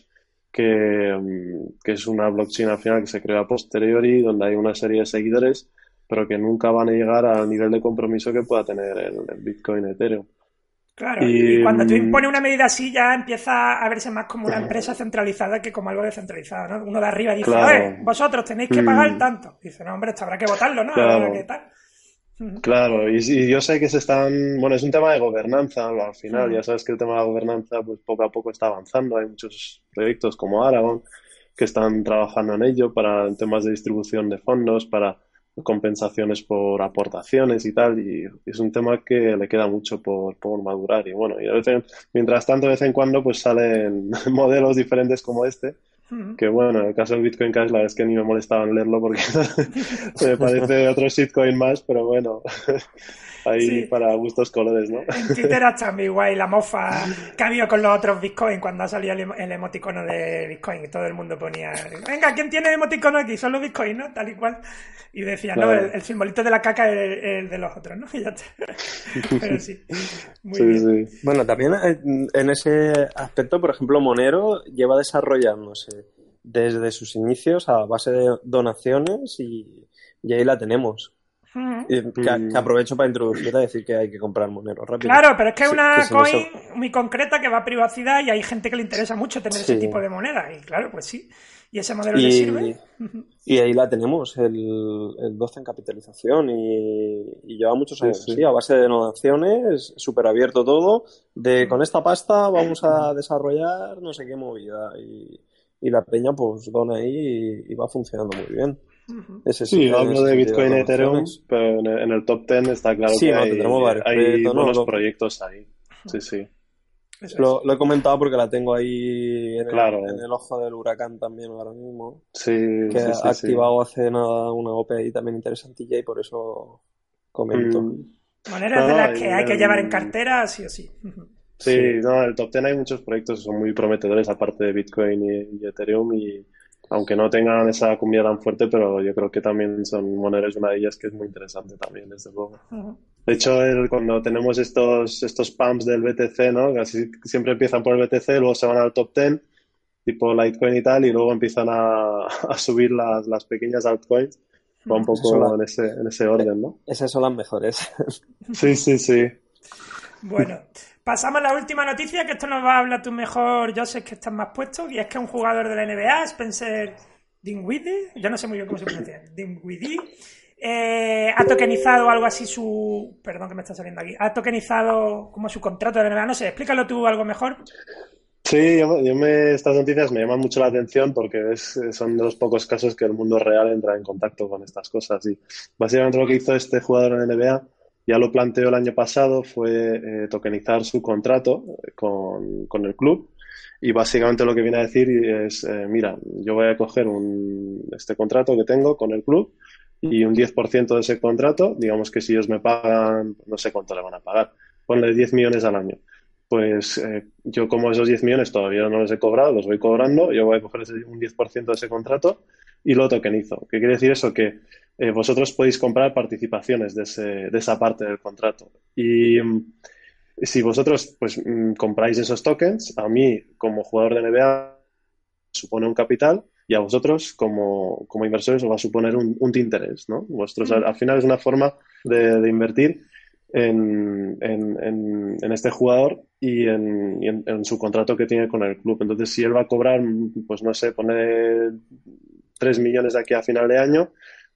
que es una blockchain al final que se creó a posteriori, donde hay una serie de seguidores, pero que nunca van a llegar al nivel de compromiso que pueda tener el Bitcoin Ethereum.
Claro, y cuando tú impones una medida así ya empieza a verse más como una empresa centralizada que como algo descentralizado, ¿no? Uno de arriba dice,
claro.
Vosotros tenéis que pagar tanto. Dice, no, hombre, esto habrá que votarlo, ¿no?
Claro.
A ver qué tal.
Claro, y yo sé que bueno, es un tema de gobernanza al final, ya sabes que el tema de la gobernanza pues poco a poco está avanzando, hay muchos proyectos como Aragon que están trabajando en ello para temas de distribución de fondos, para compensaciones por aportaciones y tal, y es un tema que le queda mucho por madurar, y bueno, y mientras tanto de vez en cuando pues salen modelos diferentes como este. Que bueno, en el caso del Bitcoin Cash la verdad es que ni me molestaba en leerlo porque me parece otro shitcoin más, pero bueno, ahí sí, para gustos colores, ¿no?
En Twitter está muy guay la mofa que ha habido con los otros Bitcoin cuando ha salido el emoticono de Bitcoin y todo el mundo ponía, venga, ¿quién tiene el emoticono aquí? Son los Bitcoin, ¿no? Tal y cual. Y decía, claro. No, el simbolito de la caca es el de los otros, ¿no? Y ya está. Pero sí, muy bien.
Sí. Bueno, también en ese aspecto, por ejemplo, Monero lleva desarrollándose desde sus inicios a base de donaciones y ahí la tenemos. Que aprovecho para introducir a decir que hay que comprar Monero rápido.
Claro, pero es que es una coin muy concreta que va a privacidad y hay gente que le interesa mucho tener ese tipo de moneda. Y claro, pues sí. ¿Y ese modelo le sirve?
Y ahí la tenemos, el 12 en capitalización y lleva muchos años así, a base de donaciones, súper abierto todo, con esta pasta vamos a desarrollar no sé qué movida y la peña pues dona ahí y va funcionando muy bien.
Sí, hablo de Bitcoin y Ethereum, pero en el top 10 está claro que hay buenos proyectos ahí. Sí.
Lo he comentado porque la tengo ahí en el ojo del huracán también ahora mismo. Que ha activado hace nada una OPI también interesantilla y por eso comento.
Maneras de las que hay que llevar en cartera, sí o sí.
Sí, no, en el top 10 hay muchos proyectos que son muy prometedores aparte de Bitcoin y Ethereum, y aunque no tengan esa comunidad tan fuerte, pero yo creo que también Monero es una de ellas que es muy interesante también, desde luego. De hecho, cuando tenemos estos pumps del BTC, ¿no? Casi siempre empiezan por el BTC, luego se van al top 10, tipo Litecoin y tal, y luego empiezan a subir las pequeñas altcoins. Va un poco en ese orden, ¿no?
Esas son las mejores.
Sí.
Bueno, pasamos a la última noticia, que esto nos va a hablar tú mejor, Joseph, que estás más puesto, y es que un jugador de la NBA, Spencer Dinwiddie, yo no sé muy bien cómo se pronuncia, Dinwiddie, ha tokenizado algo así perdón que me está saliendo aquí, ha tokenizado como su contrato de la NBA, no sé, explícalo tú algo mejor.
Sí, estas noticias me llaman mucho la atención porque son de los pocos casos que el mundo real entra en contacto con estas cosas, y básicamente lo que hizo este jugador en la NBA, ya lo planteó el año pasado, fue tokenizar su contrato con el club, y básicamente lo que viene a decir es, mira, yo voy a coger este contrato que tengo con el club y un 10% de ese contrato, digamos que si ellos me pagan, no sé cuánto le van a pagar, ponle 10 millones al año. Pues yo como esos 10 millones todavía no los he cobrado, los voy cobrando, yo voy a coger un 10% de ese contrato y lo tokenizo. ¿Qué quiere decir eso? Que vosotros podéis comprar participaciones de esa parte del contrato. Y si vosotros pues compráis esos tokens, a mí como jugador de NBA supone un capital y a vosotros como inversores os va a suponer un interés, ¿no? Vosotros al final es una forma de invertir en este jugador y en su contrato que tiene con el club. Entonces, si él va a cobrar, pues no sé, pone 3 millones de aquí a final de año,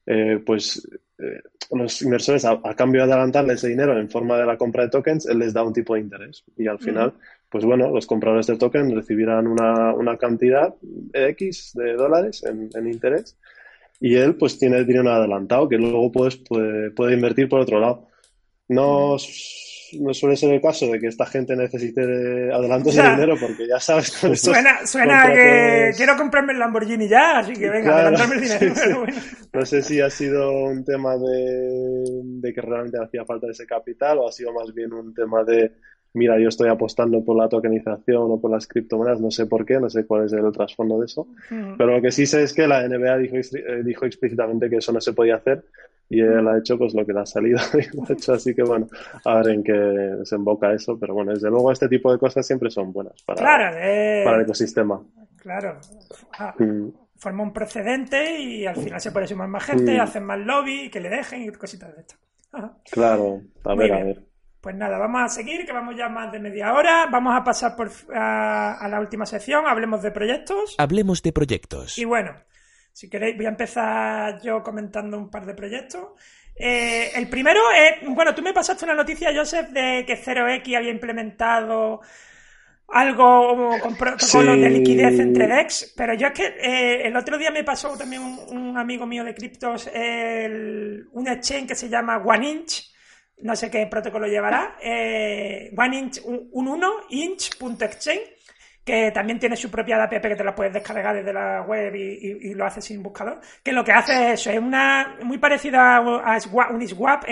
los inversores a cambio de adelantarle ese dinero en forma de la compra de tokens, él les da un tipo de interés y al final, pues bueno, los compradores de token recibirán una cantidad X de dólares en interés y él pues tiene un adelantado que luego puede invertir por otro lado. No suele ser el caso de que esta gente necesite adelantos de dinero porque ya sabes con estos
suena
contratos...
que quiero comprarme el Lamborghini ya, así que venga,
Claro,
adelantarme el dinero.
sí.
Pero bueno.
No sé si ha sido un tema de que realmente hacía falta ese capital o ha sido más bien un tema de, mira, yo estoy apostando por la tokenización o por las criptomonedas, no sé por qué, no sé cuál es el trasfondo de eso, pero lo que sí sé es que la NBA dijo explícitamente que eso no se podía hacer y él ha hecho pues lo que le ha salido y lo ha hecho, así que bueno, a ver en qué desemboca eso, pero bueno, desde luego este tipo de cosas siempre son buenas para el ecosistema.
Claro. Forma un precedente y al final se puede sumar más gente, hacen más lobby, que le dejen y cositas de estas.
Claro, a ver.
Pues nada, vamos a seguir, que vamos ya más de media hora. Vamos a pasar a la última sección, hablemos de proyectos.
Hablemos de proyectos.
Y bueno, si queréis voy a empezar yo comentando un par de proyectos. El primero es, bueno, tú me pasaste una noticia, Joseph, de que 0x había implementado algo con protocolos de liquidez entre DEX, pero yo es que el otro día me pasó también un amigo mío de criptos un exchange que se llama OneInch, no sé qué protocolo llevará, OneInch, inch.exchange, que también tiene su propia app que te la puedes descargar desde la web y lo hace sin buscador, que lo que hace es eso, es muy parecida a Uniswap.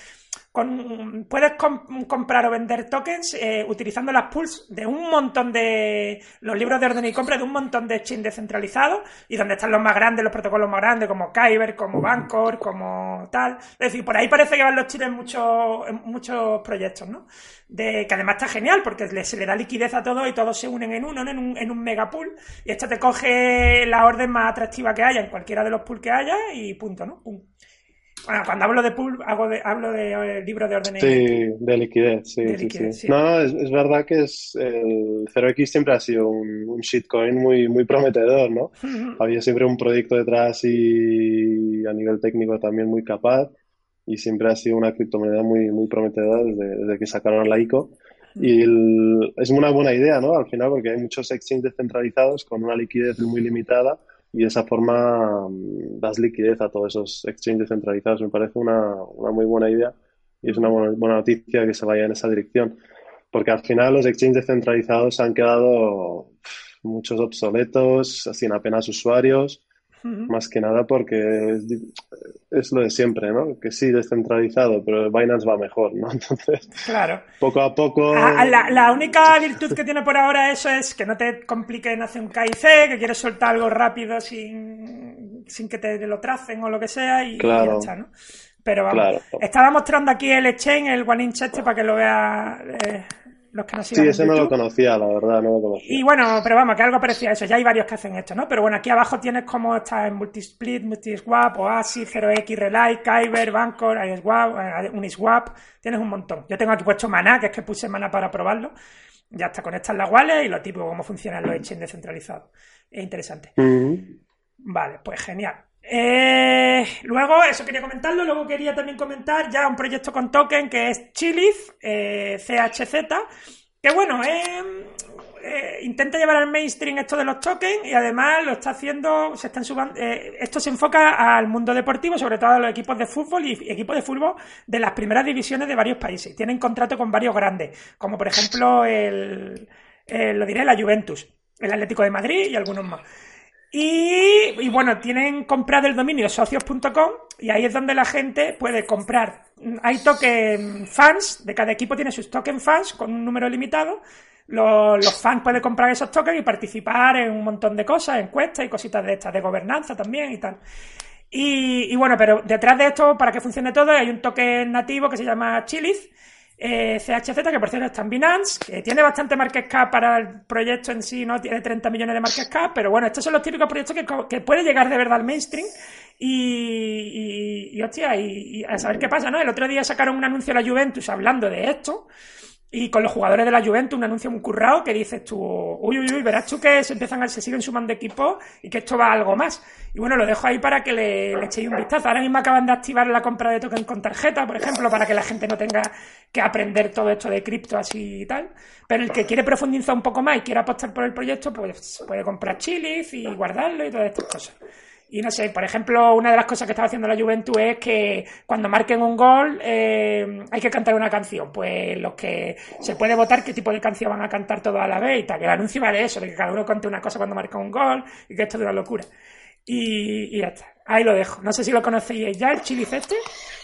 Puedes comprar o vender tokens utilizando las pools de un montón de los libros de orden y compra de un montón de exchanges descentralizados y donde están los más grandes, los protocolos más grandes como Kyber, como Bancor, como tal. Es decir, por ahí parece que van los chiles en muchos proyectos, ¿no? Que además está genial porque se le da liquidez a todo y todos se unen en uno, ¿no? en un mega pool, y esto te coge la orden más atractiva que haya en cualquiera de los pools que haya y punto, ¿no? Pum. Bueno, cuando hablo de pool, hablo de libro de orden.
Sí, de liquidez, sí. No, es verdad que el 0x siempre ha sido un shitcoin muy, muy prometedor, ¿no? Había siempre un proyecto detrás y a nivel técnico también muy capaz y siempre ha sido una criptomoneda muy, muy prometedora desde que sacaron la ICO. Y es una buena idea, ¿no? Al final, porque hay muchos exchanges descentralizados con una liquidez muy limitada y de esa forma das liquidez a todos esos exchanges centralizados. Me parece una muy buena idea y es una buena noticia que se vaya en esa dirección. Porque al final los exchanges centralizados han quedado muchos obsoletos, sin apenas usuarios, más que nada porque es lo de siempre, ¿no? Que sí, descentralizado, pero Binance va mejor, ¿no? Entonces,
claro,
poco a poco...
La única virtud que tiene por ahora eso es que no te complique en hacer un KIC, que quieres soltar algo rápido sin que te lo tracen o lo que sea y ya está, ¿no? Pero vamos, estaba mostrando aquí el exchange, el OneInch para que lo vea los que nos sigan.
Sí, ese no lo conocía, la verdad, no lo conocía.
Y bueno, pero vamos, que algo parecía eso, ya hay varios que hacen esto, ¿no? Pero bueno, aquí abajo tienes como está en Multisplit, Multiswap, Oasis, 0x, Relay, Kyber, Bancor, Uniswap, tienes un montón. Yo tengo aquí puesto Mana, que es que puse Mana para probarlo. Ya está, conectas las wallets y lo típico, cómo funcionan los exchanges descentralizados. Es interesante. Vale, pues genial. Luego, eso quería comentarlo. Luego quería también comentar ya un proyecto con token que es Chiliz, CHZ, que bueno, intenta llevar al mainstream esto de los tokens y además lo está haciendo, esto se enfoca al mundo deportivo, sobre todo a los equipos de fútbol y equipos de fútbol de las primeras divisiones de varios países. Tienen contrato con varios grandes, como por ejemplo la Juventus, el Atlético de Madrid y algunos más. Y bueno, tienen comprado el dominio socios.com y ahí es donde la gente puede comprar. Hay token fans, de cada equipo tiene sus token fans con un número limitado. Los fans pueden comprar esos tokens y participar en un montón de cosas, encuestas y cositas de estas, de gobernanza también y tal. Y bueno, pero detrás de esto, para que funcione todo, hay un token nativo que se llama Chiliz, CHZ, que por cierto está en Binance, que tiene bastante market cap para el proyecto en sí, ¿no? Tiene 30 millones de market cap, pero bueno, estos son los típicos proyectos que puede llegar de verdad al mainstream y hostia, y a saber qué pasa, ¿no? El otro día sacaron un anuncio de la Juventus hablando de esto y con los jugadores de la Juventus, un anuncio muy currado que dices tú, uy, verás tú que se siguen sumando equipos y que esto va a algo más. Y bueno, lo dejo ahí para que le echéis un vistazo. Ahora mismo acaban de activar la compra de token con tarjeta, por ejemplo, para que la gente no tenga que aprender todo esto de cripto así y tal. Pero el que quiere profundizar un poco más y quiere apostar por el proyecto, pues puede comprar chilis y guardarlo y todas estas cosas. Y no sé, por ejemplo, una de las cosas que estaba haciendo la Juventus es que cuando marquen un gol hay que cantar una canción. Pues los que se puede votar qué tipo de canción van a cantar todos a la vez y tal. Que el anuncio va de eso, de que cada uno cante una cosa cuando marca un gol y que esto es una locura. Y ya está. Ahí lo dejo. No sé si lo conocéis ya, el Chilis este.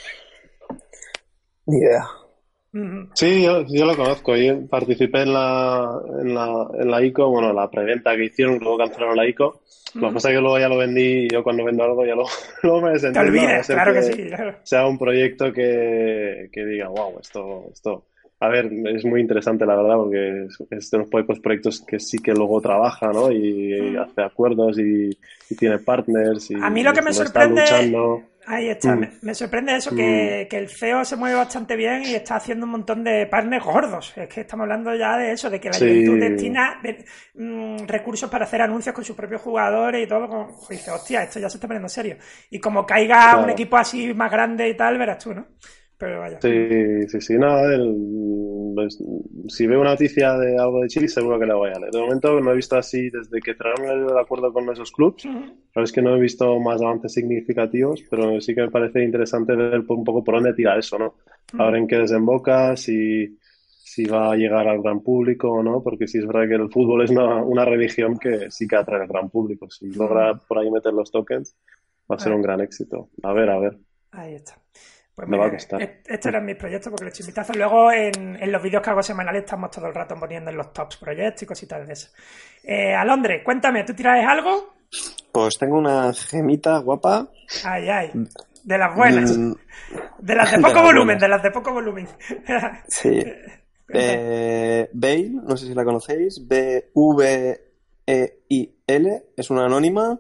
Ni idea.
Sí, yo lo conozco. Yo participé en la ICO, bueno, la preventa que hicieron, luego cancelaron la ICO. Lo que pasa es que luego ya lo vendí, y yo cuando vendo algo ya luego me desentiendo.
Te olvides, claro que sí. Claro.
Sea un proyecto que diga, wow, esto. A ver, es muy interesante la verdad, porque es de los pocos proyectos que sí que luego trabaja, ¿no? Y hace acuerdos y tiene partners. Y
a mí lo que me sorprende... Ahí está, me sorprende eso, que el CEO se mueve bastante bien y está haciendo un montón de partners gordos. Es que estamos hablando ya de eso, de que la Juventus destina recursos para hacer anuncios con sus propios jugadores y todo. Y dice, hostia, esto ya se está poniendo serio. Y como caiga un equipo así más grande y tal, verás tú, ¿no? Pero vaya.
Sí, no, pues, si veo una noticia de algo de Chile, seguro que la voy a leer. De momento no he visto así, desde que cerraron el acuerdo con esos clubs, pero es que no he visto más avances significativos, pero sí que me parece interesante ver un poco por dónde tira eso, ¿no? Ahora en qué desemboca, si va a llegar al gran público o no, porque sí es verdad que el fútbol es una religión que sí que atrae al gran público. Si logra por ahí meter los tokens, va a ser un gran éxito. A ver.
Ahí está. Pues
me va a costar.
Estos eran mis proyectos porque le eché un vistazo. Luego en los vídeos que hago semanales estamos todo el rato poniendo en los tops proyectos y cositas de eso. Alondre, cuéntame, ¿tú traes algo?
Pues tengo una gemita guapa.
Ay. De las buenas. De las de poco volumen, de las de poco volumen.
Sí. Veil, no sé si la conocéis. BVEIL, es una anónima.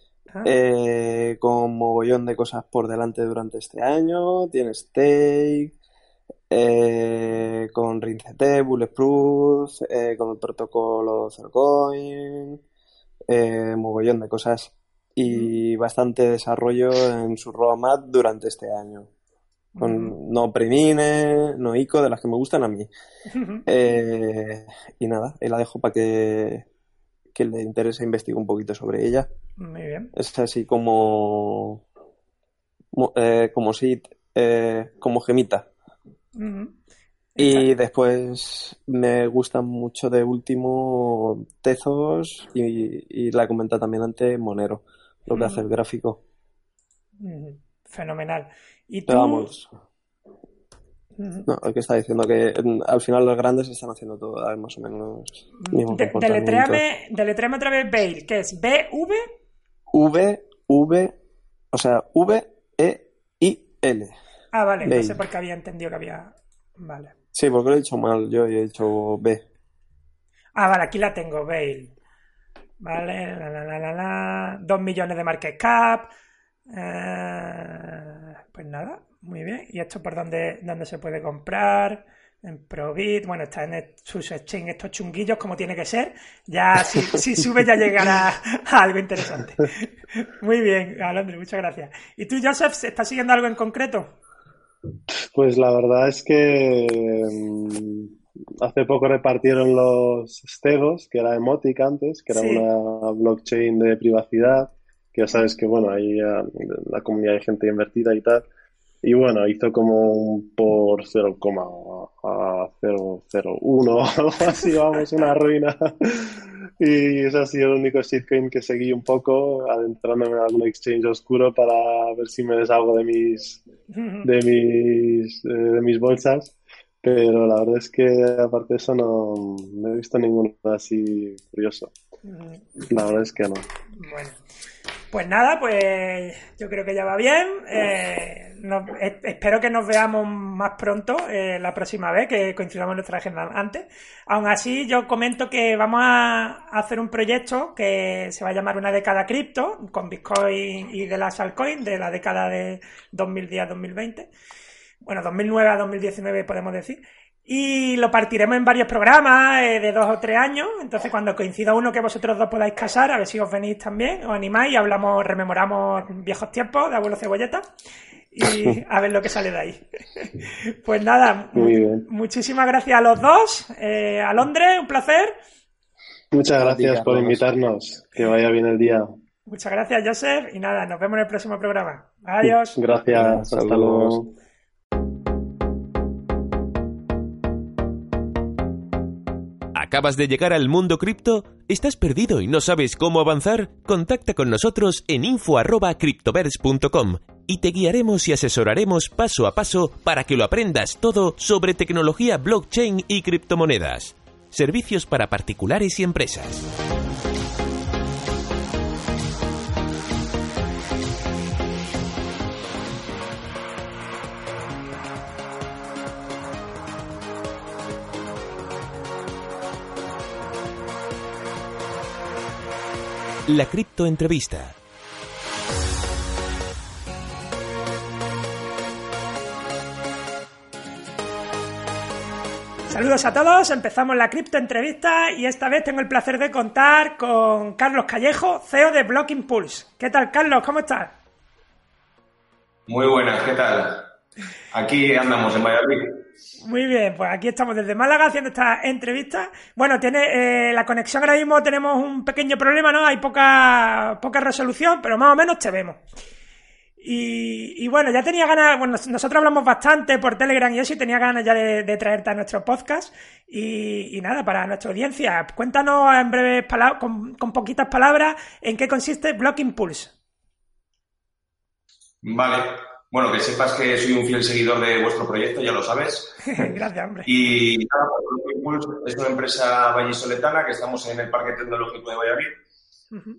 Con mogollón de cosas por delante durante este año. Tiene stake, con RingCT, Bulletproof, con el protocolo Zercoin, mogollón de cosas y bastante desarrollo en su roadmap durante este año. Con no Premine, no ICO, de las que me gustan a mí. Y nada, ahí la dejo para que le interese investigue un poquito sobre ella.
Muy bien.
Es así como seed, como gemita. Y después me gustan mucho de último Tezos y la comenta también antes Monero, lo que hace el gráfico.
Fenomenal. ¿Y tú?
Pero vamos, no, el que está diciendo que al final los grandes están haciendo todo más o menos mismo comportamiento.
Deletréame otra vez Veil, que es BV
o sea, VEIL.
Ah, vale,
Veil.
No sé por qué había entendido que había... Vale.
Sí, porque lo he dicho mal, yo he dicho B.
Ah, vale, aquí la tengo, Veil. Vale, 2 millones de market cap. Pues nada, muy bien. ¿Y esto por dónde se puede comprar? En Probit, bueno, está en sus exchange estos chunguillos como tiene que ser. Ya si sube ya llegará a algo interesante. Muy bien, Alondre, muchas gracias. ¿Y tú, Joseph, estás siguiendo algo en concreto?
Pues la verdad es que hace poco repartieron los Stegos, que era Emotic antes, que era una blockchain de privacidad, que ya sabes que bueno, ahí la comunidad hay gente invertida y tal. Y bueno, hizo como un por 0,001 o algo así, vamos, una ruina. Y ese ha sido el único shitcoin que seguí un poco, adentrándome en algún exchange oscuro para ver si me deshago de mis bolsas. Pero la verdad es que aparte de eso no he visto ninguno así curioso. La verdad es que no.
Bueno. Pues nada, pues yo creo que ya va bien. Espero que nos veamos más pronto la próxima vez, que coincidamos en nuestra agenda antes. Aún así, yo comento que vamos a hacer un proyecto que se va a llamar Una década cripto, con Bitcoin y de las altcoins, de la década de 2010 a 2020. Bueno, 2009 a 2019 podemos decir. Y lo partiremos en varios programas de 2 o 3 años. Entonces, cuando coincida uno que vosotros dos podáis casar, a ver si os venís también, os animáis y hablamos, rememoramos viejos tiempos de Abuelo Cebolleta y a ver lo que sale de ahí. Pues nada, muchísimas gracias a los dos. A Londres, un placer.
Muchas gracias por invitarnos. Que vaya bien el día.
Muchas gracias, Joseph. Y nada, nos vemos en el próximo programa. Adiós.
Gracias. Hasta luego.
¿Acabas de llegar al mundo cripto? ¿Estás perdido y no sabes cómo avanzar? Contacta con nosotros en info@cryptoverse.com y te guiaremos y asesoraremos paso a paso para que lo aprendas todo sobre tecnología blockchain y criptomonedas. Servicios para particulares y empresas. La criptoentrevista.
Saludos a todos, empezamos la criptoentrevista y esta vez tengo el placer de contar con Carlos Callejo, CEO de Block Impulse. ¿Qué tal, Carlos? ¿Cómo estás?
Muy buenas, ¿qué tal? Aquí andamos en Valladolid.
Muy bien, pues aquí estamos desde Málaga haciendo esta entrevista. Bueno, tiene la conexión ahora mismo, tenemos un pequeño problema, ¿no? Hay poca resolución, pero más o menos te vemos. Y bueno, ya tenía ganas, bueno, nosotros hablamos bastante por Telegram y eso, y tenía ganas ya de traerte a nuestro podcast. Y nada, para nuestra audiencia, cuéntanos en breves palabras, con poquitas palabras, en qué consiste Block Impulse.
Vale. Bueno, que sepas que soy un fiel seguidor de vuestro proyecto, ya lo sabes.
Gracias, hombre.
Y nada, Block Impulse es una empresa vallisoletana que estamos en el Parque Tecnológico de Valladolid. Uh-huh.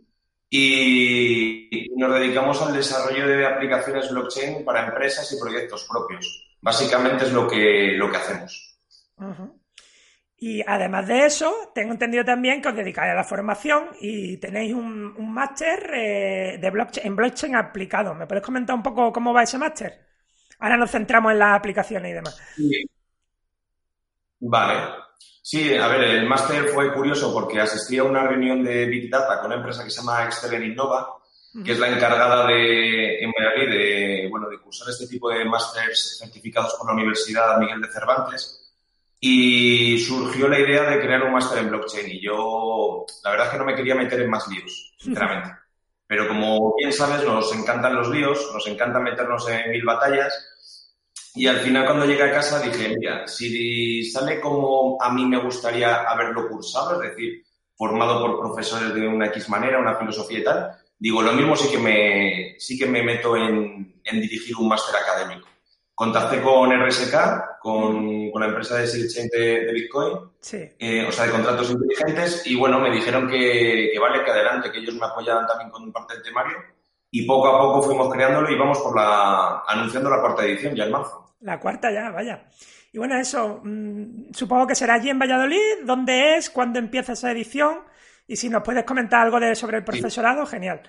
Y nos dedicamos al desarrollo de aplicaciones blockchain para empresas y proyectos propios. Básicamente es lo que hacemos.
Uh-huh. Y además de eso, tengo entendido también que os dedicáis a la formación y tenéis un máster de blockchain, en blockchain aplicado. ¿Me puedes comentar un poco cómo va ese máster? Ahora nos centramos en las aplicaciones y demás.
Sí. Vale. Sí, a ver, el máster fue curioso porque asistí a una reunión de Big Data con una empresa que se llama Excelen Innova, que es la encargada en Valladolid de cursar este tipo de másters certificados por la Universidad Miguel de Cervantes. Y surgió la idea de crear un máster en blockchain y yo, la verdad es que no me quería meter en más líos, sinceramente. Pero como bien sabes, nos encantan los líos, nos encanta meternos en 1000 batallas y al final cuando llegué a casa dije, mira, si sale como a mí me gustaría haberlo cursado, es decir, formado por profesores de una X manera, una filosofía y tal, digo, lo mismo sí que me meto en dirigir un máster académico. Contacté con RSK, con la empresa de sidechain de Bitcoin,
sí.
De contratos inteligentes, y bueno, me dijeron que vale, que adelante, que ellos me apoyaban también con parte del temario, y poco a poco fuimos creándolo y vamos anunciando la cuarta edición ya en marzo.
La cuarta ya, vaya. Y bueno, eso, supongo que será allí en Valladolid. ¿Dónde es? ¿Cuándo empieza esa edición? Y si nos puedes comentar algo sobre el profesorado, sí. Genial.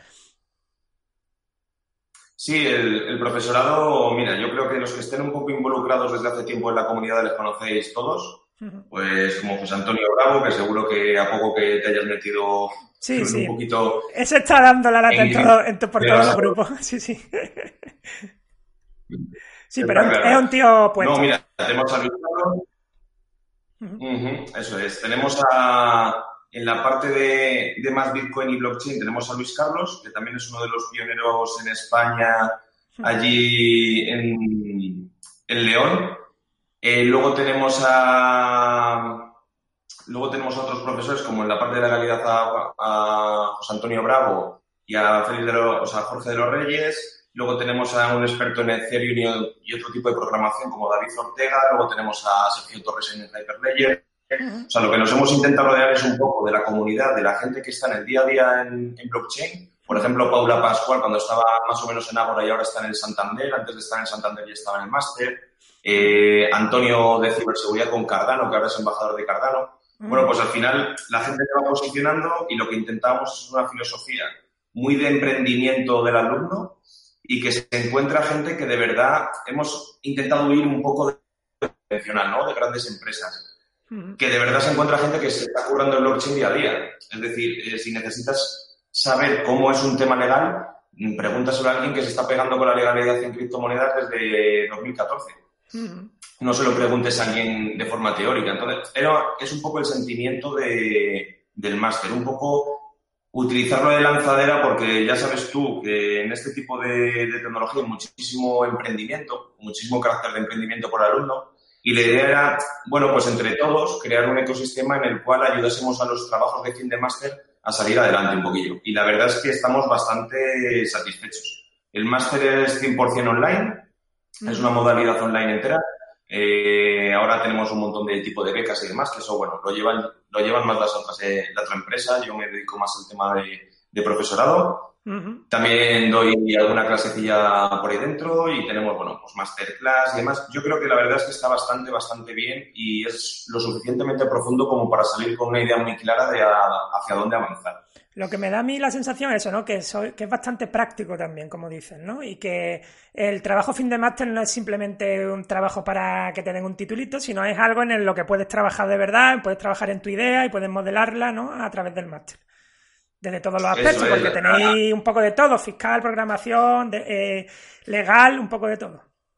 Sí, el profesorado, mira, yo creo que los que estén un poco involucrados desde hace tiempo en la comunidad les conocéis todos, pues como José Antonio Bravo, que seguro que a poco que te hayas metido
sí.
un poquito...
Ese está dando la lata por todos los grupos, sí. Sí, pero claro. Es un tío puesto.
No, mira, tenemos a Luis Carlos. Eso es, tenemos en la parte de más Bitcoin y blockchain tenemos a Luis Carlos, que también es uno de los pioneros en España, allí en León. Luego tenemos a otros profesores, como en la parte de la legalidad a José Antonio Bravo y a Jorge de los Reyes. Luego tenemos a un experto en Ethereum y otro tipo de programación, como David Ortega. Luego tenemos a Sergio Torres en Hyperledger. O sea, lo que nos hemos intentado rodear es un poco de la comunidad, de la gente que está en el día a día en blockchain Por ejemplo, Paula Pascual, cuando estaba más o menos en Ágora y ahora está en el Santander, antes de estar en el Santander ya estaba en el máster. Antonio de ciberseguridad con Cardano, que ahora es embajador de Cardano. Bueno, pues al final la gente se va posicionando y lo que intentamos es una filosofía muy de emprendimiento del alumno y que se encuentra gente que de verdad hemos intentado huir un poco de convencional, ¿no? De grandes empresas. Que de verdad se encuentra gente que se está currando el blockchain día a día. Es decir, si necesitas saber cómo es un tema legal, pregúntaselo a alguien que se está pegando con la legalidad en criptomonedas desde 2014. No se lo preguntes a alguien de forma teórica. Entonces, es un poco el sentimiento del máster, un poco utilizarlo de lanzadera porque ya sabes tú que en este tipo de tecnología hay muchísimo emprendimiento, muchísimo carácter de emprendimiento por alumno y la idea era, bueno, pues entre todos crear un ecosistema en el cual ayudásemos a los trabajos de fin de máster a salir adelante un poquillo. Y la verdad es que estamos bastante satisfechos. El máster es 100% online, es una modalidad online entera. Ahora tenemos un montón de tipo de becas y demás, que eso, bueno, lo llevan más la otra empresa. Yo me dedico más al tema de profesorado. También doy alguna clasecilla por ahí dentro y tenemos, bueno, pues masterclass y demás. Yo creo que la verdad es que está bastante bien y es lo suficientemente profundo como para salir con una idea muy clara de hacia dónde avanzar.
Lo que me da a mí la sensación es eso, ¿no? Que es bastante práctico también, como dicen, ¿no? Y que el trabajo fin de máster no es simplemente un trabajo para que te den un titulito, sino es algo en lo que puedes trabajar de verdad, puedes trabajar en tu idea y puedes modelarla, ¿no? A través del máster. Desde todos los aspectos, porque tenéis un poco de todo, fiscal, programación, legal, un poco de todo.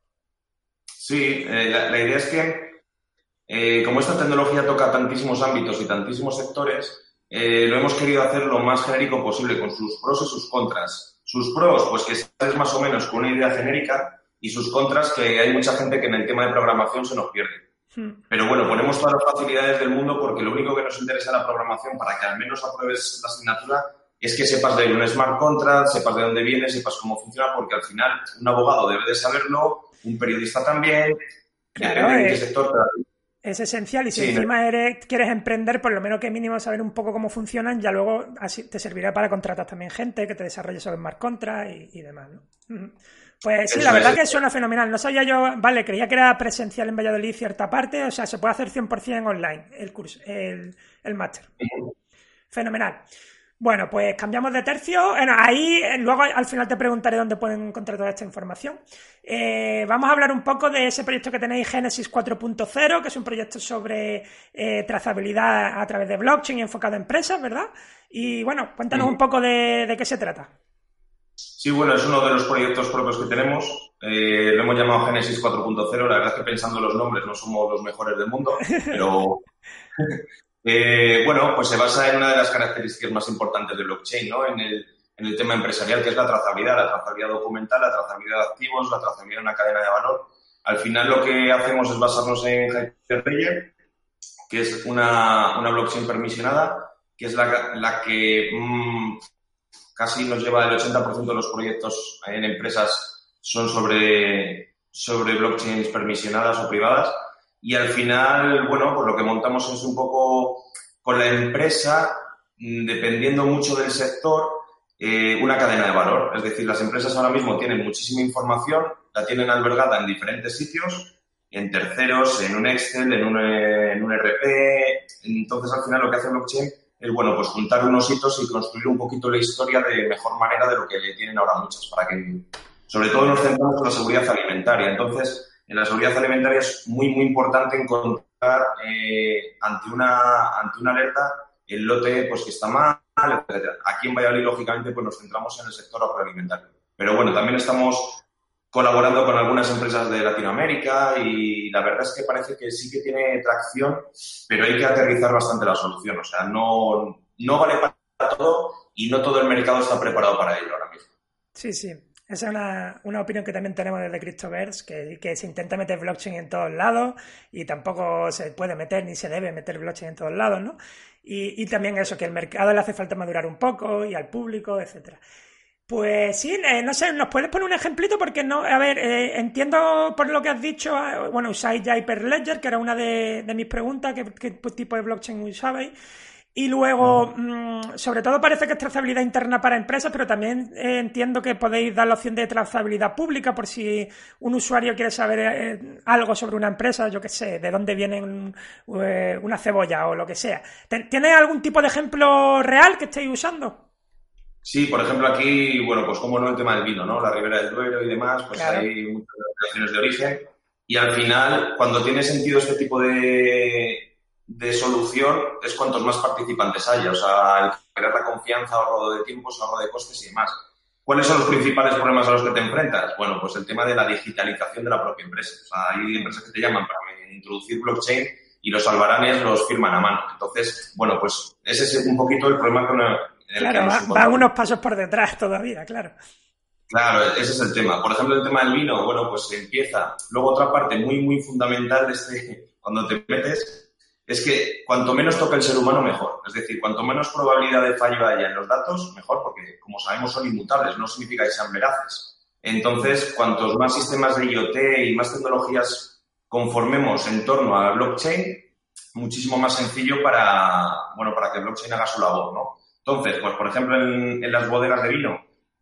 Sí, la idea es que como esta tecnología toca tantísimos ámbitos y tantísimos sectores, lo hemos querido hacer lo más genérico posible, con sus pros y sus contras. Sus pros, pues que sales más o menos con una idea genérica, y sus contras, que hay mucha gente que en el tema de programación se nos pierde. Pero bueno, ponemos todas las facilidades del mundo porque lo único que nos interesa en la programación, para que al menos apruebes la asignatura, es que sepas de un smart contract, sepas de dónde viene, sepas cómo funciona, porque al final un abogado debe de saberlo, un periodista también,
claro,
depende de qué sector te...
Es esencial y si encima quieres emprender, por lo menos que mínimo saber un poco cómo funcionan, ya luego así te servirá para contratar también gente que te desarrolle sobre smart contract y demás, ¿no? Pues sí, la verdad que suena fenomenal. No sabía yo, vale, creía que era presencial en Valladolid cierta parte, o sea, se puede hacer 100% online el curso, el máster. Fenomenal. Bueno, pues cambiamos de tercio. Bueno, ahí luego al final te preguntaré dónde pueden encontrar toda esta información. Vamos a hablar un poco de ese proyecto que tenéis, Génesis 4.0, que es un proyecto sobre trazabilidad a través de blockchain y enfocado a empresas, ¿verdad? Y bueno, cuéntanos un poco de qué se trata.
Sí, bueno, es uno de los proyectos propios que tenemos. Lo hemos llamado Génesis 4.0. La verdad es que pensando en los nombres no somos los mejores del mundo, pero... bueno, pues se basa en una de las características más importantes de blockchain, ¿no? En el tema empresarial, que es la trazabilidad documental, la trazabilidad de activos, la trazabilidad de una cadena de valor. Al final lo que hacemos es basarnos en Hyperledger, que es una blockchain permisionada, que es la que casi nos lleva el 80% de los proyectos en empresas son sobre blockchains permisionadas o privadas. Y al final, bueno, pues lo que montamos es un poco con la empresa, dependiendo mucho del sector, una cadena de valor. Es decir, las empresas ahora mismo tienen muchísima información, la tienen albergada en diferentes sitios, en terceros, en un Excel, en un ERP. Entonces, al final, lo que hace blockchain es, bueno, pues juntar unos hitos y construir un poquito la historia de mejor manera de lo que tienen ahora muchas, para que, sobre todo, nos centramos en la seguridad alimentaria. Entonces, en la seguridad alimentaria es muy importante encontrar ante una alerta el lote pues que está mal, etc. Aquí en Valladolid, lógicamente, pues nos centramos en el sector agroalimentario. Pero bueno, también estamos colaborando con algunas empresas de Latinoamérica y la verdad es que parece que sí que tiene tracción, pero hay que aterrizar bastante la solución. O sea, no vale para todo y no todo el mercado está preparado para ello ahora mismo.
Sí. Esa es una opinión que también tenemos desde Cryptoverse, que se intenta meter blockchain en todos lados y tampoco se puede meter ni se debe meter blockchain en todos lados, ¿no? Y también eso, que al mercado le hace falta madurar un poco y al público, etcétera. Pues sí, no sé, ¿nos puedes poner un ejemplito? Porque no, a ver, entiendo por lo que has dicho, bueno, usáis ya Hyperledger, que era una de mis preguntas, ¿qué tipo de blockchain usabais? Y luego, sobre todo parece que es trazabilidad interna para empresas, pero también entiendo que podéis dar la opción de trazabilidad pública por si un usuario quiere saber algo sobre una empresa, yo qué sé, de dónde viene una cebolla o lo que sea. ¿Tienes algún tipo de ejemplo real que estéis usando?
Sí, por ejemplo, aquí, bueno, pues como no el tema del vino, ¿no? La Ribera del Duero y demás, pues
claro.
hay muchas denominaciones de origen. Y al final, cuando tiene sentido este tipo de solución, es cuantos más participantes haya. O sea, el crear la confianza, ahorro de tiempos, ahorro de costes y demás. ¿Cuáles son los principales problemas a los que te enfrentas? Bueno, pues el tema de la digitalización de la propia empresa. O sea, hay empresas que te llaman para introducir blockchain y los albaranes los firman a mano. Entonces, bueno, pues ese es un poquito el problema con
claro, van unos pasos por detrás todavía, claro.
Claro, ese es el tema. Por ejemplo, el tema del vino, bueno, pues se empieza. Luego otra parte muy, muy fundamental cuando te metes, es que cuanto menos toque el ser humano, mejor. Es decir, cuanto menos probabilidad de fallo haya en los datos, mejor, porque como sabemos son inmutables, no significa que sean veraces. Entonces, cuantos más sistemas de IoT y más tecnologías conformemos en torno a blockchain, muchísimo más sencillo para que el blockchain haga su labor, ¿no? Entonces, pues por ejemplo, en las bodegas de vino,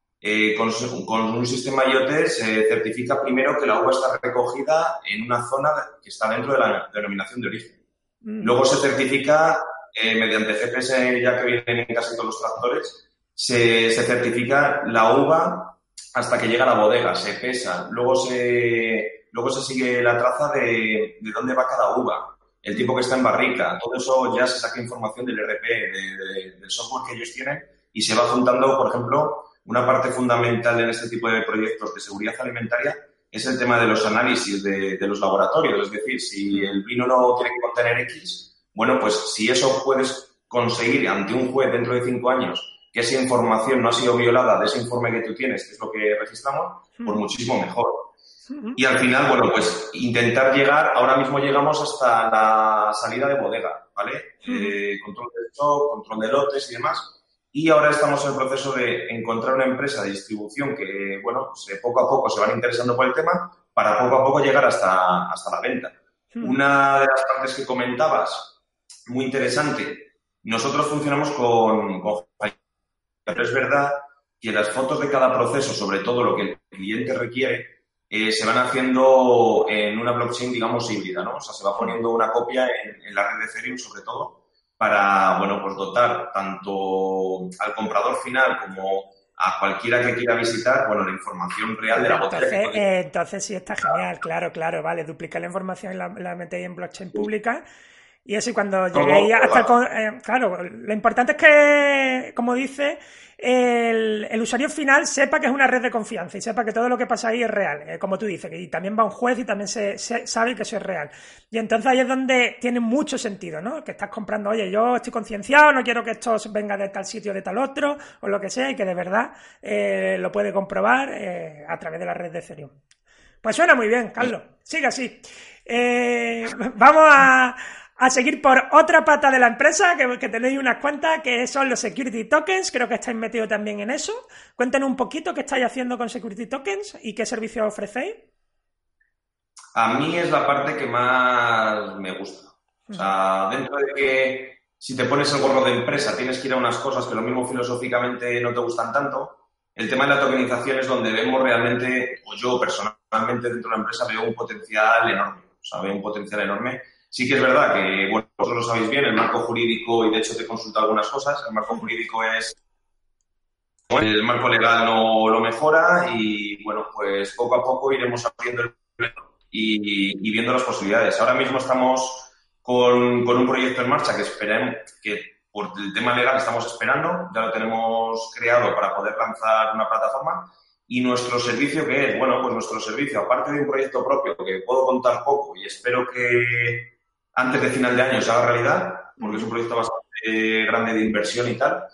con un sistema IoT se certifica primero que la uva está recogida en una zona que está dentro de la denominación de origen. Luego se certifica mediante GPS, ya que vienen en casi todos los tractores, se certifica la uva hasta que llega a la bodega, se pesa, luego se sigue la traza de dónde va cada uva, el tiempo que está en barrica, todo eso ya se saca información del ERP, del software que ellos tienen y se va juntando, por ejemplo, una parte fundamental en este tipo de proyectos de seguridad alimentaria es el tema de los análisis de los laboratorios. Es decir, si el vino no tiene que contener X, bueno, pues si eso puedes conseguir ante un juez dentro de 5 años que esa información no ha sido violada de ese informe que tú tienes, que es lo que registramos, pues muchísimo mejor. Y al final, bueno, pues intentar llegar, ahora mismo llegamos hasta la salida de bodega, ¿vale? Control de stock, control de lotes y demás. Y ahora estamos en el proceso de encontrar una empresa de distribución que, bueno, poco a poco se van interesando por el tema para poco a poco llegar hasta la venta. Una de las partes que comentabas, muy interesante, nosotros funcionamos con pero es verdad que las fotos de cada proceso, sobre todo lo que el cliente requiere, se van haciendo en una blockchain, digamos, híbrida, ¿no? O sea, se va poniendo una copia en la red de Ethereum, sobre todo, para, bueno, pues dotar tanto al comprador final como a cualquiera que quiera visitar, bueno, la información real de la botella.
Entonces sí está genial, claro, vale, duplicar la información y la metéis en blockchain pública. Y eso, y cuando lleguéis hasta claro, lo importante es que, como dice, el usuario final sepa que es una red de confianza y sepa que todo lo que pasa ahí es real, como tú dices, que y también va un juez y también se sabe que eso es real. Y entonces ahí es donde tiene mucho sentido, ¿no? Que estás comprando, oye, yo estoy concienciado, no quiero que esto venga de tal sitio, de tal otro, o lo que sea, y que de verdad lo puede comprobar a través de la red de Ethereum. Pues suena muy bien, Carlos. Sigue así. Vamos a seguir por otra pata de la empresa, que tenéis unas cuantas, que son los security tokens. Creo que estáis metidos también en eso. Cuéntenos un poquito qué estáis haciendo con security tokens y qué servicios ofrecéis.
A mí es la parte que más me gusta. O sea, dentro de que si te pones el gorro de empresa tienes que ir a unas cosas que lo mismo filosóficamente no te gustan tanto, el tema de la tokenización es donde vemos realmente, o yo personalmente dentro de la empresa veo un potencial enorme. O sea, veo un potencial enorme. Sí que es verdad que, bueno, vosotros lo sabéis bien, el marco jurídico, y de hecho te he consultado algunas cosas, el marco jurídico el marco legal no lo mejora y, bueno, pues poco a poco iremos abriendo el pleno y viendo las posibilidades. Ahora mismo estamos con un proyecto en marcha que esperemos que por el tema legal estamos esperando, ya lo tenemos creado para poder lanzar una plataforma. Y nuestro servicio, ¿qué es? Bueno, pues nuestro servicio, aparte de un proyecto propio que puedo contar poco y espero que antes de final de año se haga realidad, porque es un proyecto bastante grande de inversión y tal.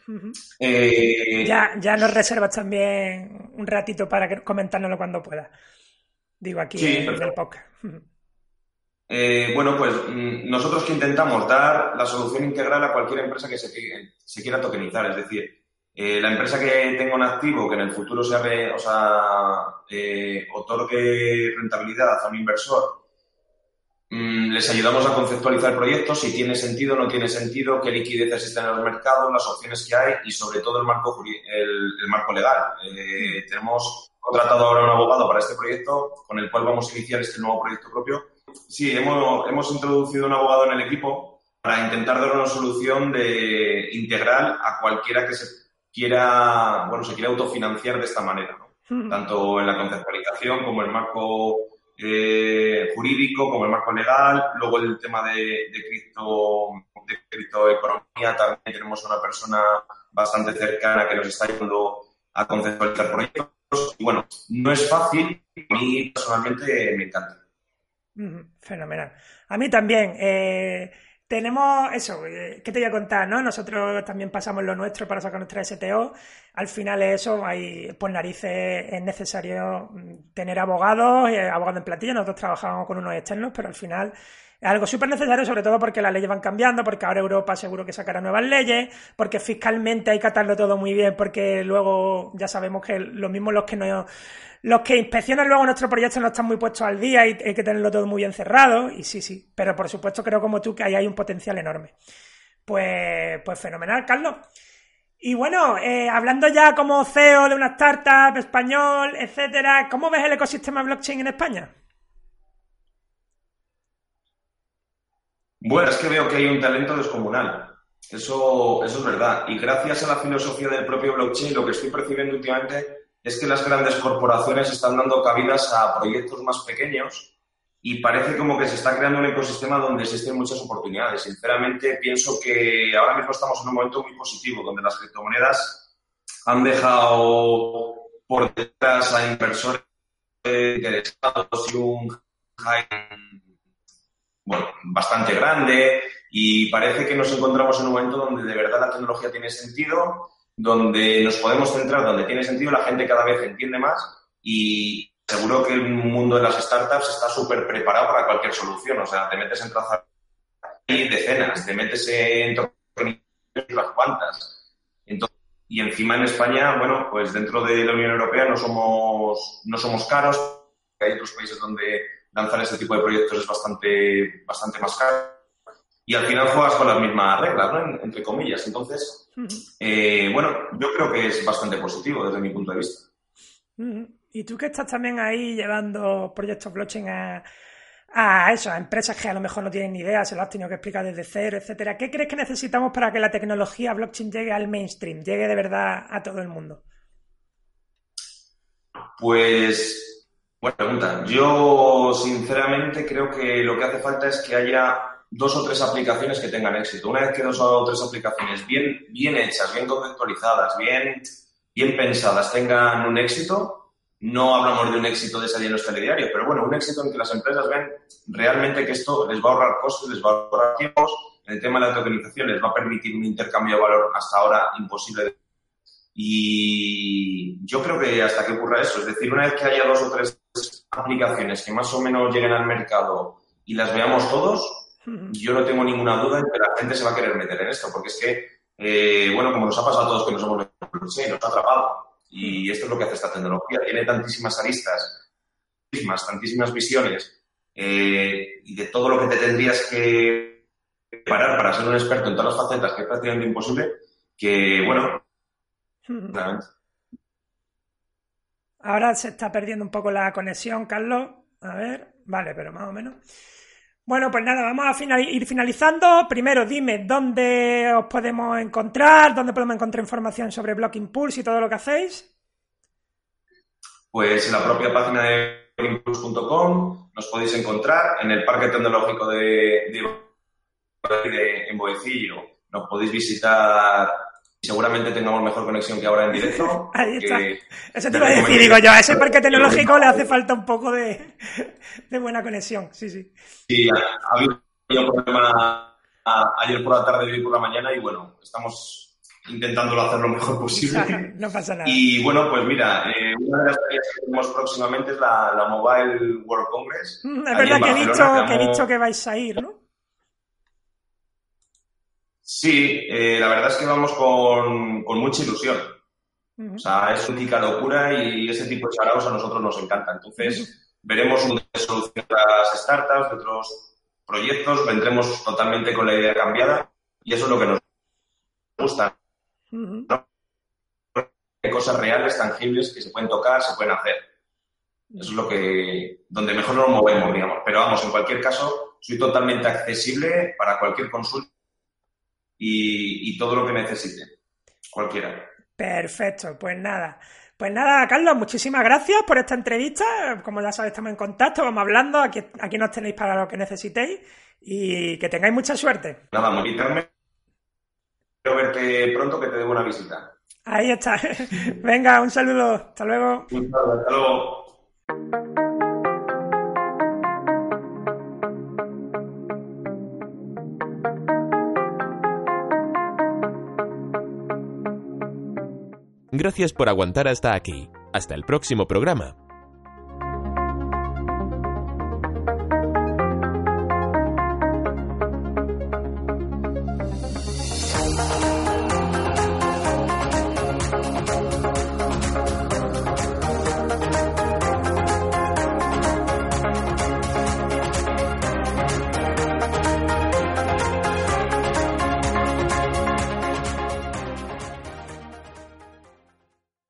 Ya nos reservas también un ratito para comentárnoslo cuando puedas. Digo, aquí sí, en el podcast.
Bueno, pues nosotros que intentamos dar la solución integral a cualquier empresa que se quiera tokenizar. Es decir, la empresa que tenga un activo que en el futuro otorgue rentabilidad a un inversor, Les ayudamos a conceptualizar proyectos, si tiene sentido, no tiene sentido, qué liquidez existe en los mercados, las opciones que hay y sobre todo el marco legal. Tenemos contratado ahora un abogado para este proyecto con el cual vamos a iniciar este nuevo proyecto propio. Sí, hemos introducido un abogado en el equipo para intentar dar una solución integral a cualquiera que se quiera autofinanciar de esta manera, ¿no? Tanto en la conceptualización como en el marco jurídico, como el marco legal. Luego el tema de criptoeconomía, también tenemos una persona bastante cercana que nos está ayudando a conceptualizar proyectos. Y bueno, no es fácil, a mí personalmente me encanta.
Fenomenal. A mí también. Tenemos eso, ¿qué te voy a contar, no? Nosotros también pasamos lo nuestro para sacar nuestra STO. Al final eso, hay por narices es necesario tener abogados en plantilla. Nosotros trabajamos con unos externos, pero al final es algo súper necesario, sobre todo porque las leyes van cambiando, porque ahora Europa seguro que sacará nuevas leyes, porque fiscalmente hay que atarlo todo muy bien, porque luego ya sabemos que lo mismo los que inspeccionan luego nuestro proyecto no están muy puestos al día y hay que tenerlo todo muy bien cerrado. Y sí, pero por supuesto creo como tú que ahí hay un potencial enorme. Pues fenomenal, Carlos. Y bueno, hablando ya como CEO de una startup español, etcétera, ¿cómo ves el ecosistema blockchain en España?
Bueno, es que veo que hay un talento descomunal. Eso es verdad. Y gracias a la filosofía del propio blockchain, lo que estoy percibiendo últimamente es que las grandes corporaciones están dando cabidas a proyectos más pequeños y parece como que se está creando un ecosistema donde existen muchas oportunidades. Sinceramente, pienso que ahora mismo estamos en un momento muy positivo, donde las criptomonedas han dejado por detrás a inversores interesados y un hype bastante grande, y parece que nos encontramos en un momento donde de verdad la tecnología tiene sentido, donde nos podemos centrar, donde tiene sentido, la gente cada vez entiende más y seguro que el mundo de las startups está súper preparado para cualquier solución. O sea, te metes en trazar y decenas, te metes en las cuantas. Entonces, y encima en España, bueno, pues dentro de la Unión Europea no somos caros. Hay otros países donde lanzar este tipo de proyectos es bastante más caro. Y al final juegas con las mismas reglas, ¿no? Entre comillas. Entonces, yo creo que es bastante positivo desde mi punto de vista.
Y tú que estás también ahí llevando proyectos blockchain a empresas que a lo mejor no tienen ni idea, se lo has tenido que explicar desde cero, etcétera. ¿Qué crees que necesitamos para que la tecnología blockchain llegue al mainstream, llegue de verdad a todo el mundo?
Pues, buena pregunta. Yo, sinceramente, creo que lo que hace falta es que haya 2 o 3 aplicaciones que tengan éxito. Una vez que 2 o 3 aplicaciones bien hechas, bien conceptualizadas, bien pensadas, tengan un éxito, no hablamos de un éxito de salir en los telediarios, pero bueno, un éxito en que las empresas ven realmente que esto les va a ahorrar costes, les va a ahorrar tiempos. En el tema de la tokenización les va a permitir un intercambio de valor hasta ahora imposible. Y yo creo que hasta que ocurra eso, es decir, una vez que haya 2 o 3 aplicaciones que más o menos lleguen al mercado y las veamos todos, yo no tengo ninguna duda en que la gente se va a querer meter en esto, porque es que, como nos ha pasado a todos que nos hemos metido, nos ha atrapado. Y esto es lo que hace esta tecnología. Tiene tantísimas aristas, tantísimas visiones, y de todo lo que te tendrías que preparar para ser un experto en todas las facetas, que es prácticamente imposible, que, claramente.
Ahora se está perdiendo un poco la conexión, Carlos. A ver, vale, pero más o menos. Bueno, pues nada, vamos a ir finalizando. Primero, dime dónde os podemos encontrar, dónde podemos encontrar información sobre Block Impulse y todo lo que hacéis.
Pues en la propia página de blockimpulse.com nos podéis encontrar. En el Parque Tecnológico en Boecillo nos podéis visitar. Seguramente tengamos mejor conexión que ahora en directo.
Ahí está. Eso te iba a decir, digo yo, a ese parque tecnológico le hace falta un poco de buena conexión, sí.
Sí, ha habido un problema ayer por la tarde y hoy por la mañana y estamos intentándolo hacer lo mejor posible.
No pasa nada.
Y pues mira, una de las tareas que tenemos próximamente es la Mobile World Congress.
Es verdad que he dicho que vais a ir, ¿no?
Sí, la verdad es que vamos con mucha ilusión. O sea, es una locura y ese tipo de charaos a nosotros nos encanta. Entonces, veremos un de solución de las startups, de otros proyectos, vendremos totalmente con la idea cambiada y eso es lo que nos gusta, ¿no? Hay cosas reales, tangibles, que se pueden tocar, se pueden hacer. Eso es donde mejor nos movemos, digamos. Pero vamos, en cualquier caso, soy totalmente accesible para cualquier consulta y todo lo que necesite, cualquiera.
Perfecto, pues nada. Pues nada, Carlos, muchísimas gracias por esta entrevista. Como ya sabéis, estamos en contacto, vamos hablando. Aquí nos tenéis para lo que necesitéis y que tengáis mucha suerte.
Nada, invitarme. Espero verte pronto, que te debo una visita.
Ahí está. Venga, un saludo. Hasta luego.
Un saludo, hasta luego.
Gracias por aguantar hasta aquí. Hasta el próximo programa.